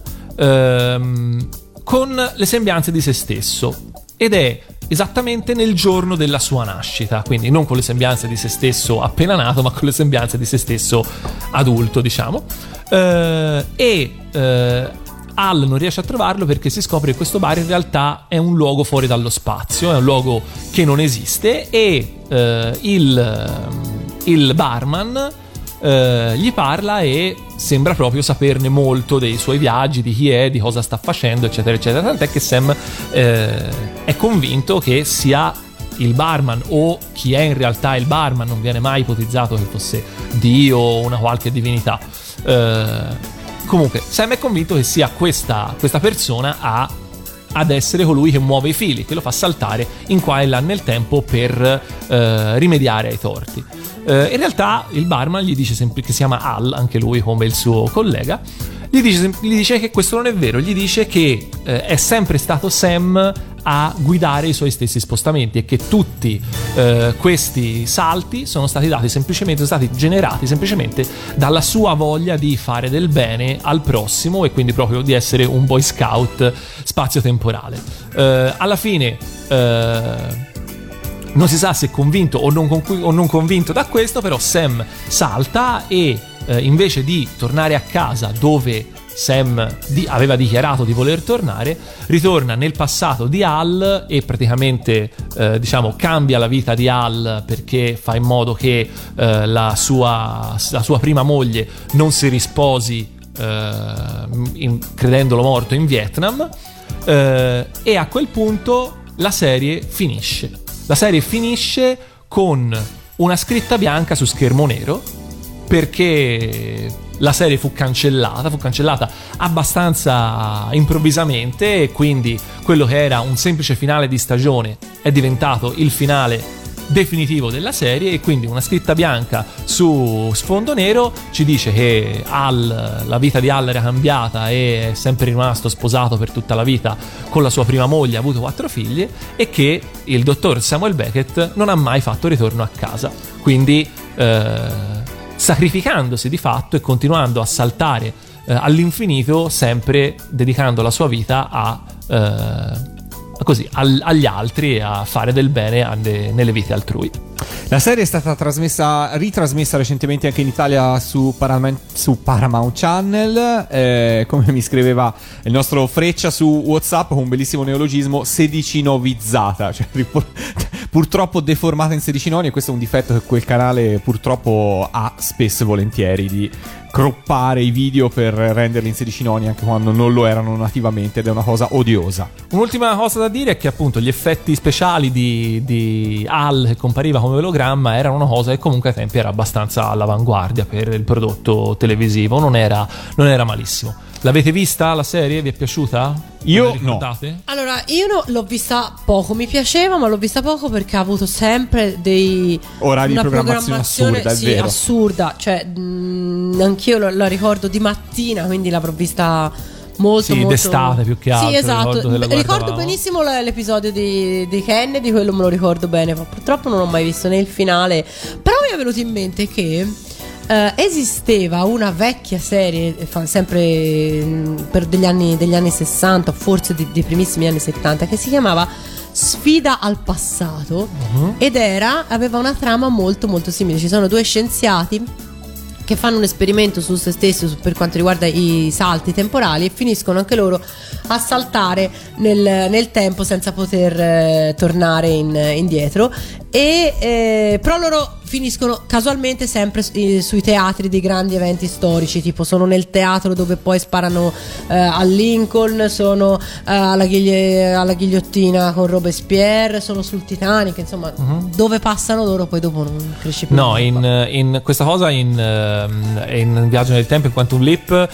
ehm, con le sembianze di se stesso ed è esattamente nel giorno della sua nascita, quindi non con le sembianze di se stesso appena nato, ma con le sembianze di se stesso adulto, diciamo. Eh, e eh, Al non riesce a trovarlo perché si scopre che questo bar in realtà è un luogo fuori dallo spazio, è un luogo che non esiste e eh, il, il barman eh, gli parla e sembra proprio saperne molto dei suoi viaggi, di chi è, di cosa sta facendo, eccetera, eccetera. Tant'è che Sam eh, è convinto che sia il barman o chi è in realtà il barman, non viene mai ipotizzato che fosse Dio o una qualche divinità. Eh, Comunque, Sam è convinto che sia questa, questa persona a, ad essere colui che muove i fili, che lo fa saltare in qua e là nel tempo per eh, rimediare ai torti. Eh, in realtà il barman gli dice sempre che si chiama Al, anche lui come il suo collega, gli dice, gli dice che questo non è vero, gli dice che eh, è sempre stato Sam a guidare i suoi stessi spostamenti e che tutti eh, questi salti sono stati dati semplicemente, sono stati generati semplicemente dalla sua voglia di fare del bene al prossimo e quindi proprio di essere un boy scout spazio-temporale. Eh, alla fine eh, non si sa se è convinto o non, con- o non convinto da questo, però Sam salta e eh, invece di tornare a casa dove Sam di, aveva dichiarato di voler tornare, ritorna nel passato di Al e praticamente eh, diciamo cambia la vita di Al perché fa in modo che eh, la, sua, la sua prima moglie non si risposi eh, in, credendolo morto in Vietnam eh, e a quel punto la serie finisce. La serie finisce con una scritta bianca su schermo nero perché la serie fu cancellata, fu cancellata abbastanza improvvisamente e quindi quello che era un semplice finale di stagione è diventato il finale definitivo della serie e quindi una scritta bianca su sfondo nero ci dice che Al, la vita di Al era cambiata e è sempre rimasto sposato per tutta la vita con la sua prima moglie, ha avuto quattro figlie e che il dottor Samuel Beckett non ha mai fatto ritorno a casa, quindi eh, sacrificandosi di fatto e continuando a saltare eh, all'infinito, sempre dedicando la sua vita a eh, così al, agli altri e a fare del bene alle, nelle vite altrui. La serie è stata trasmessa, ritrasmessa recentemente anche in Italia su Paramount, su Paramount Channel, eh, come mi scriveva il nostro Freccia su WhatsApp con un bellissimo neologismo, sedicinovizzata, cioè purtroppo deformata in sedicinoni, e questo è un difetto che quel canale purtroppo ha spesso e volentieri, di croppare i video per renderli in sedicinoni anche quando non lo erano nativamente, ed è una cosa odiosa. Un'ultima cosa da dire è che appunto gli effetti speciali di, di Al che compariva come ologramma erano una cosa che comunque ai tempi era abbastanza all'avanguardia per il prodotto televisivo, non era, non era malissimo. L'avete vista la serie? Vi è piaciuta? Io no. Allora, io no, l'ho vista poco, mi piaceva, ma l'ho vista poco perché ha avuto sempre dei orari una di programmazione, programmazione assurda, è sì, vero. assurda, cioè mh, anch'io la, la ricordo di mattina, quindi l'avrò vista molto Sì, molto d'estate più che altro, Sì, esatto. ricordo che la Ricordo guardavamo. benissimo l- l'episodio di, di Kennedy, quello me lo ricordo bene, ma purtroppo non ho mai visto né il finale. Però mi è venuto in mente che eh, esisteva una vecchia serie, fa- sempre mh, per degli anni, degli anni sessanta, forse di- dei primissimi anni settanta, che si chiamava Sfida al passato, Mhm. ed era aveva una trama molto molto simile. Ci sono due scienziati che fanno un esperimento su se stessi su- per quanto riguarda i salti temporali, e finiscono anche loro a saltare nel, nel tempo senza poter eh, tornare in- indietro, e eh, però loro finiscono casualmente sempre su- eh, sui teatri dei grandi eventi storici, tipo sono nel teatro dove poi sparano eh, a Lincoln, sono eh, alla, ghiglie- alla ghigliottina con Robespierre, sono sul Titanic, insomma, dove passano loro poi dopo non cresce più. No, in, in questa cosa in, ehm, in Viaggio nel Tempo, in Quantum Leap,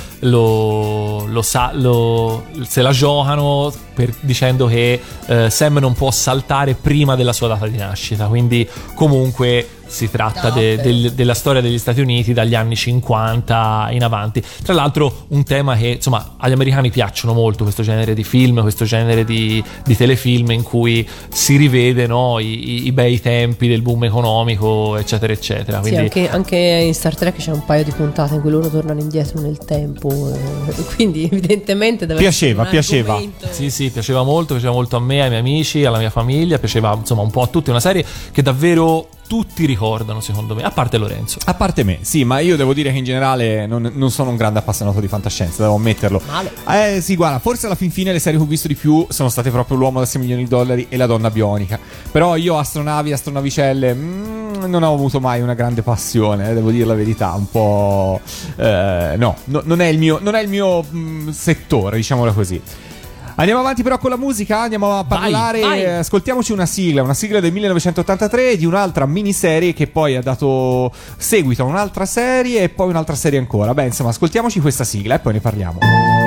lo, lo sa, lo, se la giocano per, dicendo che eh, Sam non può saltare prima della sua data di nascita, quindi comunque si tratta Ah, de- ok. del- della storia degli Stati Uniti dagli anni cinquanta in avanti. Tra l'altro un tema che insomma agli americani piacciono molto, questo genere di film, questo genere di, di telefilm in cui si rivede, no, i, i- i bei tempi del boom economico, eccetera eccetera. Sì, Quindi anche, anche in Star Trek c'è un paio di puntate in cui loro tornano indietro nel tempo, eh, quindi evidentemente deve Piaceva, essere un piaceva. argomento. sì, sì, piaceva molto, piaceva molto a me, ai miei amici, alla mia famiglia, piaceva insomma un po' a tutti, una serie che davvero tutti ricordano secondo me, a parte Lorenzo. A parte me, sì, ma io devo dire che in generale non, non sono un grande appassionato di fantascienza, devo ammetterlo. Male. Eh sì, guarda, forse alla fin fine le serie che ho visto di più sono state proprio L'uomo da sei milioni di dollari e La donna bionica. Però io astronavi, astronavicelle, mm, non ho avuto mai una grande passione, eh, devo dire la verità, un po'... eh, no, no, non è il mio, non è il mio mm, settore, diciamola così. Andiamo avanti però con la musica, andiamo a parlare, vai. eh, ascoltiamoci una sigla, una sigla del millenovecentottantatré di un'altra miniserie che poi ha dato seguito a un'altra serie e poi un'altra serie ancora. Beh, insomma, ascoltiamoci questa sigla e poi ne parliamo.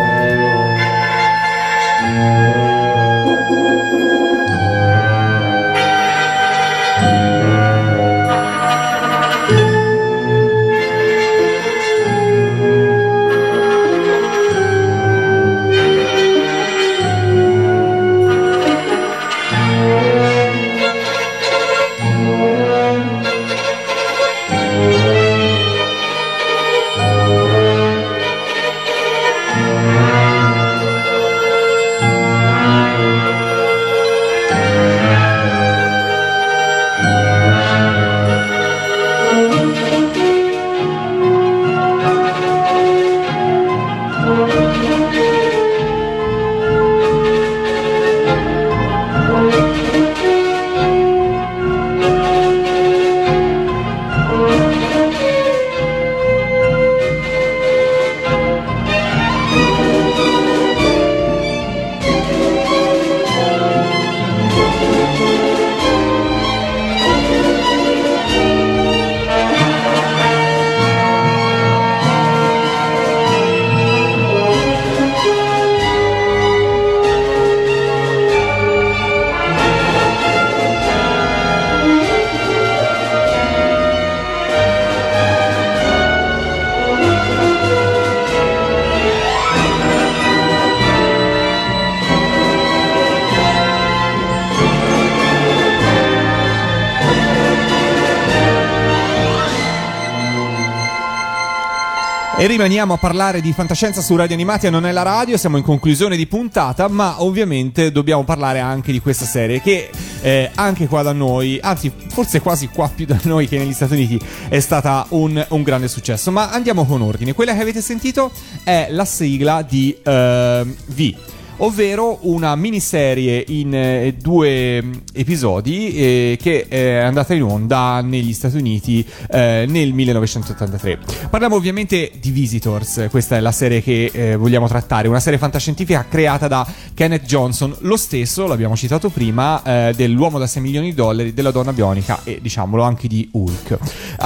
E rimaniamo a parlare di fantascienza su Radio Animati e Non è la radio, siamo in conclusione di puntata, ma ovviamente dobbiamo parlare anche di questa serie che eh, anche qua da noi, anzi forse quasi qua più da noi che negli Stati Uniti, è stata un, un grande successo. Ma andiamo con ordine, quella che avete sentito è la sigla di eh, V, ovvero una miniserie in eh, due mh, episodi eh, che è andata in onda negli Stati Uniti eh, nel millenovecentottantatré. Parliamo ovviamente di Visitors, questa è la serie che eh, vogliamo trattare, una serie fantascientifica creata da Kenneth Johnson, lo stesso, l'abbiamo citato prima, eh, dell'uomo da sei milioni di dollari, della donna bionica e diciamolo anche di Hulk.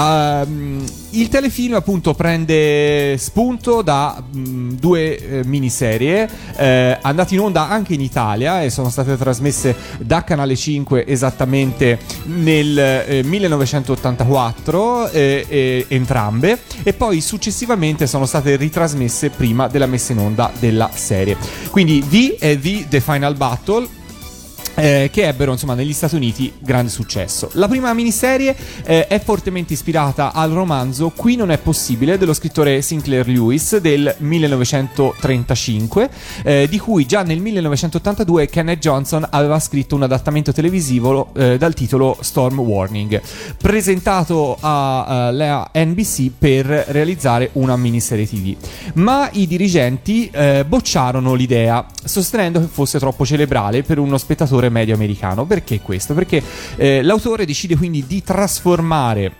Uh, il telefilm appunto prende spunto da mh, due eh, miniserie eh, andate andate in onda anche in Italia e sono state trasmesse da Canale cinque esattamente nel eh, millenovecentottantaquattro, eh, eh, entrambe, e poi successivamente sono state ritrasmesse prima della messa in onda della serie. Quindi V e V The Final Battle, Eh, che ebbero insomma negli Stati Uniti grande successo. La prima miniserie eh, è fortemente ispirata al romanzo Qui non è possibile dello scrittore Sinclair Lewis del millenovecentotrentacinque, eh, di cui già nel millenovecentottantadue Kenneth Johnson aveva scritto un adattamento televisivo eh, dal titolo Storm Warning, presentato alla N B C per realizzare una miniserie tivù. Ma i dirigenti eh, bocciarono l'idea, sostenendo che fosse troppo cerebrale per uno spettatore medio americano. Perché questo? Perché eh, l'autore decide quindi di trasformare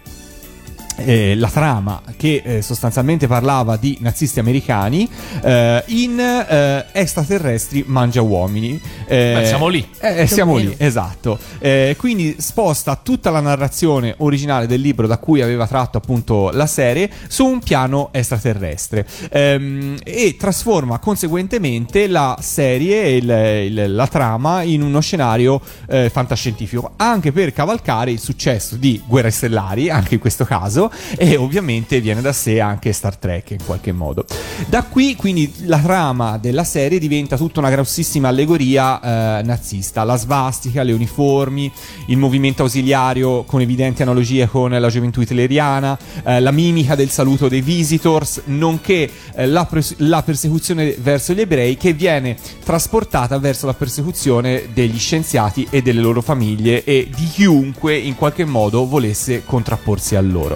Eh, la trama, che eh, sostanzialmente parlava di nazisti americani, eh, in eh, extraterrestri mangiauomini. Eh, Beh, siamo lì. Eh, siamo lì, esatto. Eh, quindi sposta tutta la narrazione originale del libro da cui aveva tratto appunto la serie su un piano extraterrestre, ehm, e trasforma conseguentemente la serie e il, il, la trama in uno scenario eh, fantascientifico, anche per cavalcare il successo di Guerre Stellari, anche in questo caso, e ovviamente viene da sé anche Star Trek in qualche modo. Da qui quindi la trama della serie diventa tutta una grossissima allegoria eh, nazista: la svastica, le uniformi, il movimento ausiliario con evidenti analogie con la gioventù hitleriana, eh, la mimica del saluto dei visitors, nonché eh, la, pres- la persecuzione verso gli ebrei, che viene trasportata verso la persecuzione degli scienziati e delle loro famiglie e di chiunque in qualche modo volesse contrapporsi a loro.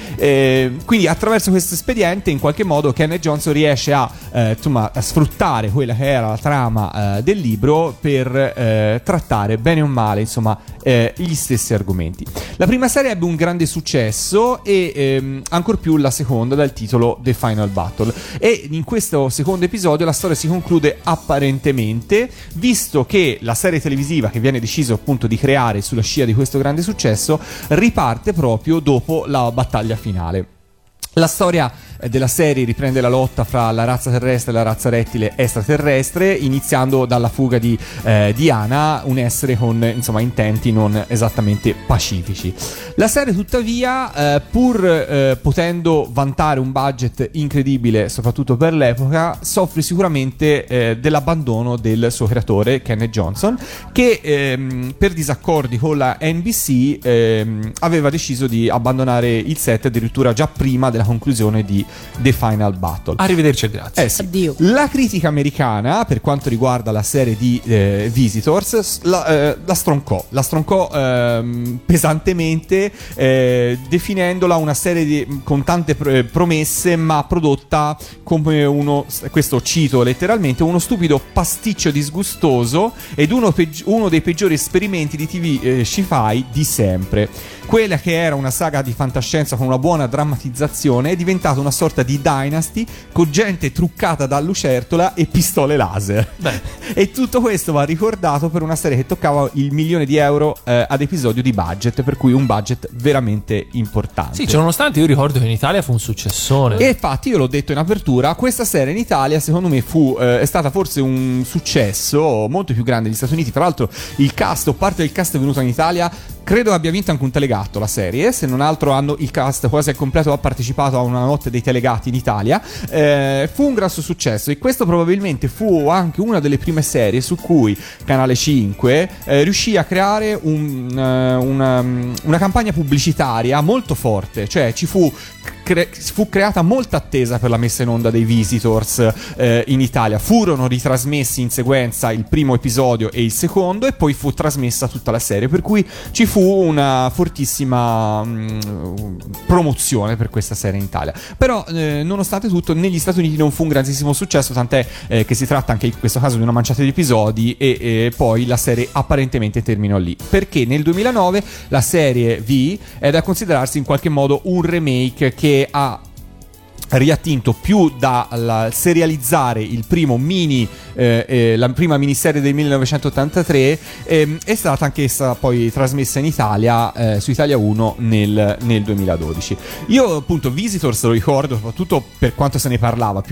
Eh, quindi attraverso questo espediente in qualche modo Kenneth Johnson riesce a, eh, insomma, a sfruttare quella che era la trama eh, del libro per eh, trattare bene o male insomma eh, gli stessi argomenti. La prima serie ebbe un grande successo e ehm, ancor più la seconda, dal titolo The Final Battle, e in questo secondo episodio la storia si conclude apparentemente, visto che la serie televisiva che viene deciso appunto di creare sulla scia di questo grande successo riparte proprio dopo la battaglia finale. La storia della serie riprende la lotta fra la razza terrestre e la razza rettile extraterrestre, iniziando dalla fuga di eh, Diana, un essere con insomma intenti non esattamente pacifici. La serie tuttavia, eh, pur eh, potendo vantare un budget incredibile soprattutto per l'epoca, soffre sicuramente eh, dell'abbandono del suo creatore Kenneth Johnson, che ehm, per disaccordi con la N B C ehm, aveva deciso di abbandonare il set addirittura già prima della conclusione di The Final Battle. Arrivederci e grazie. Eh sì. Addio. La critica americana, per quanto riguarda la serie di eh, Visitors, la, eh, la stroncò, la stroncò ehm, pesantemente, eh, definendola una serie di, con tante pr- promesse, ma prodotta come uno, questo cito letteralmente, uno stupido pasticcio disgustoso ed uno, peggi- uno dei peggiori esperimenti di tivù eh, sci-fi di sempre. Quella che era una saga di fantascienza con una buona drammatizzazione è diventata una sorta di Dynasty con gente truccata da lucertola e pistole laser. Beh. E tutto questo va ricordato per una serie che toccava il milione di euro eh, ad episodio di budget, per cui un budget veramente importante. Sì, cioè, nonostante io ricordo che in Italia fu un successone. E infatti io l'ho detto in apertura, questa serie in Italia secondo me fu eh, è stata forse un successo molto più grande degli Stati Uniti. Tra l'altro il cast, o parte del cast, è venuto in Italia, credo abbia vinto anche un telegatto la serie, se non altro hanno il cast quasi al completo ha partecipato a una notte dei telegatti in Italia. Eh, fu un grosso successo e questo probabilmente fu anche una delle prime serie su cui Canale cinque eh, riuscì a creare un, uh, una, una campagna pubblicitaria molto forte, cioè ci fu Cre- fu creata molta attesa per la messa in onda dei Visitors eh, in Italia. Furono ritrasmessi in sequenza il primo episodio e il secondo, e poi fu trasmessa tutta la serie, per cui ci fu una fortissima mh, promozione per questa serie in Italia. Però eh, nonostante tutto negli Stati Uniti non fu un grandissimo successo, tant'è eh, che si tratta anche in questo caso di una manciata di episodi e eh, poi la serie apparentemente terminò lì, perché nel duemilanove la serie V è da considerarsi in qualche modo un remake che ha riattinto più dal serializzare il primo mini eh, eh, la prima miniserie del millenovecentottantatré, ehm, è stata anch'essa poi trasmessa in Italia eh, su Italia uno nel, nel duemiladodici. Io appunto Visitors lo ricordo soprattutto per quanto se ne parlava, più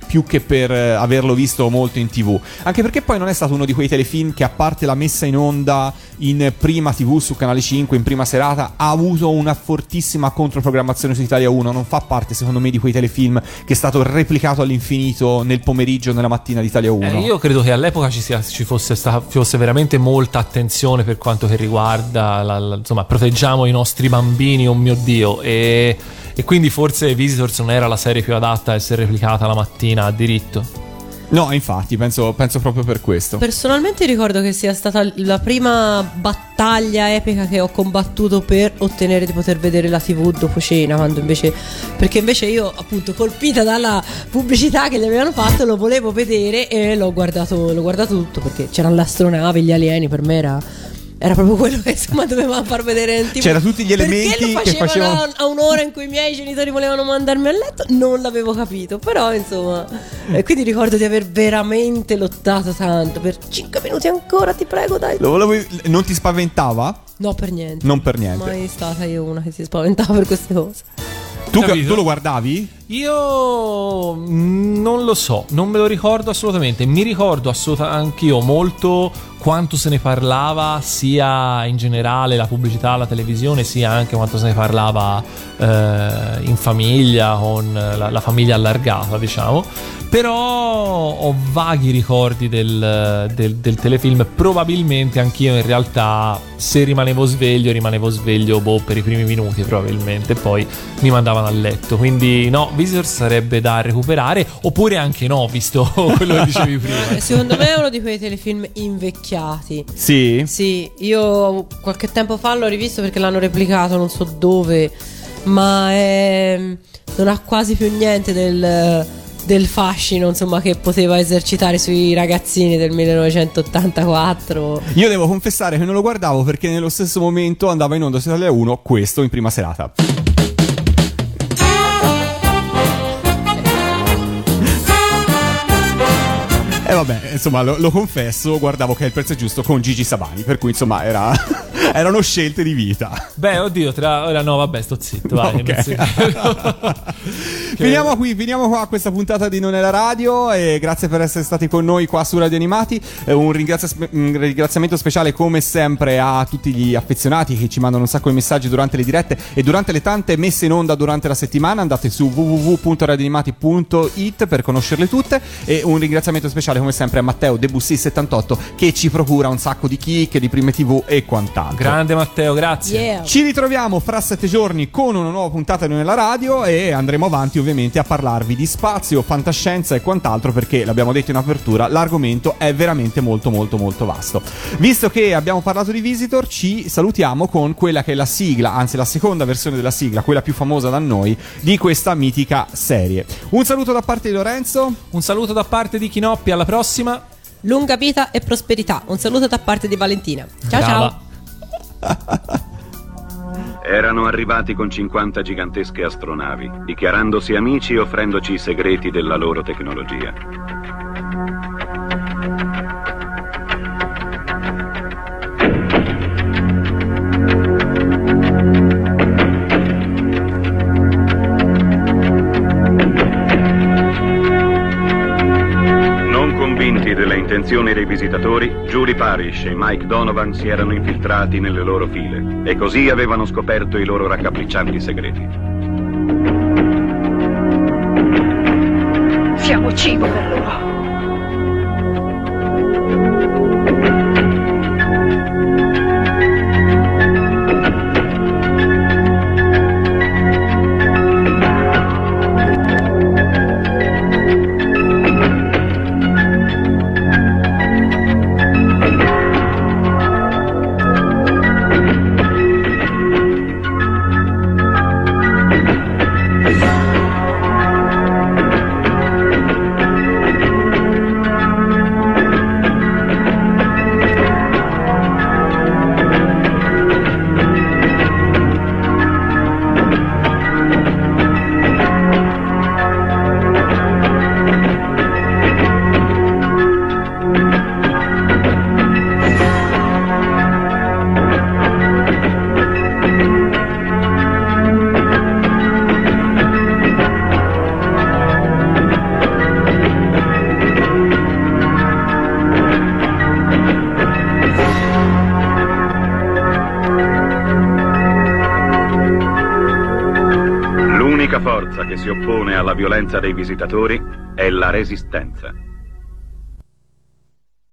più che per eh, averlo visto molto in tv, anche perché poi non è stato uno di quei telefilm che, a parte la messa in onda in prima tv su Canale cinque in prima serata, ha avuto una fortissima controprogrammazione su Italia uno. Non fa parte secondo me di quei telefilm che è stato replicato all'infinito nel pomeriggio o nella mattina di Italia uno. Eh, io credo che all'epoca ci, sia, ci fosse, sta, fosse veramente molta attenzione per quanto che riguarda la, la, insomma, proteggiamo i nostri bambini, oh mio Dio, e, e quindi forse Visitors non era la serie più adatta a essere replicata la mattina a diritto. No, infatti, penso, penso proprio per questo. Personalmente ricordo che sia stata la prima battaglia epica che ho combattuto per ottenere di poter vedere la tivù dopo cena, quando invece, perché invece io, appunto, colpita dalla pubblicità che gli avevano fatto, lo volevo vedere e l'ho guardato, l'ho guardato tutto, perché c'erano le astronavi, gli alieni, per me era... era proprio quello che insomma dovevamo far vedere in tivù. C'era tutti gli elementi perché lo che facevano facevano a un'ora in cui i miei genitori volevano mandarmi a letto, non l'avevo capito, però insomma, e quindi ricordo di aver veramente lottato tanto per cinque minuti ancora, ti prego, dai. Lo volevo... Non ti spaventava? No, per niente. Non per niente. Mai stata io una che si spaventava per queste cose. Tu, tu lo guardavi? Io non lo so, non me lo ricordo assolutamente. Mi ricordo assolutamente anch'io molto quanto se ne parlava, sia in generale la pubblicità, la televisione, sia anche quanto se ne parlava eh, in famiglia, con la, la famiglia allargata, diciamo. Però ho vaghi ricordi del, del, del telefilm. Probabilmente anch'io in realtà, se rimanevo sveglio, rimanevo sveglio boh, per i primi minuti probabilmente, poi mi mandavano a letto. Quindi no, Visitors sarebbe da recuperare, oppure anche no, visto quello che dicevi prima. Secondo me è uno di quei telefilm invecchiati. Sì? Sì, io qualche tempo fa l'ho rivisto perché l'hanno replicato non so dove, ma è... non ha quasi più niente del... del fascino, insomma, che poteva esercitare sui ragazzini del millenovecentottantaquattro. Io devo confessare che non lo guardavo perché nello stesso momento andava in onda su Italia uno questo in prima serata. E eh vabbè, insomma, lo, lo confesso, guardavo Che è il prezzo giusto con Gigi Sabani, per cui insomma era erano scelte di vita. Beh, oddio, tra ora no, vabbè, sto zitto, vai. Okay. Non si... Finiamo qui, finiamo qua questa puntata di Non è la radio, e grazie per essere stati con noi qua su Radio Animati. Eh, un, ringrazia- un ringraziamento speciale come sempre a tutti gli affezionati che ci mandano un sacco di messaggi durante le dirette e durante le tante messe in onda durante la settimana. Andate su w w w punto radioanimati punto i t per conoscerle tutte, e un ringraziamento speciale come sempre a Matteo Debussy settantotto che ci procura un sacco di kick, di prime tv e quant'altro. Grande Matteo, grazie. Yeah. Ci ritroviamo fra sette giorni con una nuova puntata di Nella Radio, e andremo avanti ovviamente a parlarvi di spazio, fantascienza e quant'altro, perché l'abbiamo detto in apertura, l'argomento è veramente molto molto molto vasto. Visto che abbiamo parlato di Visitor, ci salutiamo con quella che è la sigla, anzi la seconda versione della sigla, quella più famosa da noi, di questa mitica serie. Un saluto da parte di Lorenzo. Un saluto da parte di Chinoppi, alla prossima. Lunga vita e prosperità. Un saluto da parte di Valentina. Ciao. Brava. Ciao. Erano arrivati con cinquanta gigantesche astronavi, dichiarandosi amici e offrendoci i segreti della loro tecnologia. Non convinti delle intenzioni dei visitatori, Julie Parrish e Mike Donovan si erano infiltrati nelle loro file e così avevano scoperto i loro raccapriccianti segreti. Siamo cibo per loro. L'unica forza che si oppone alla violenza dei visitatori è la resistenza.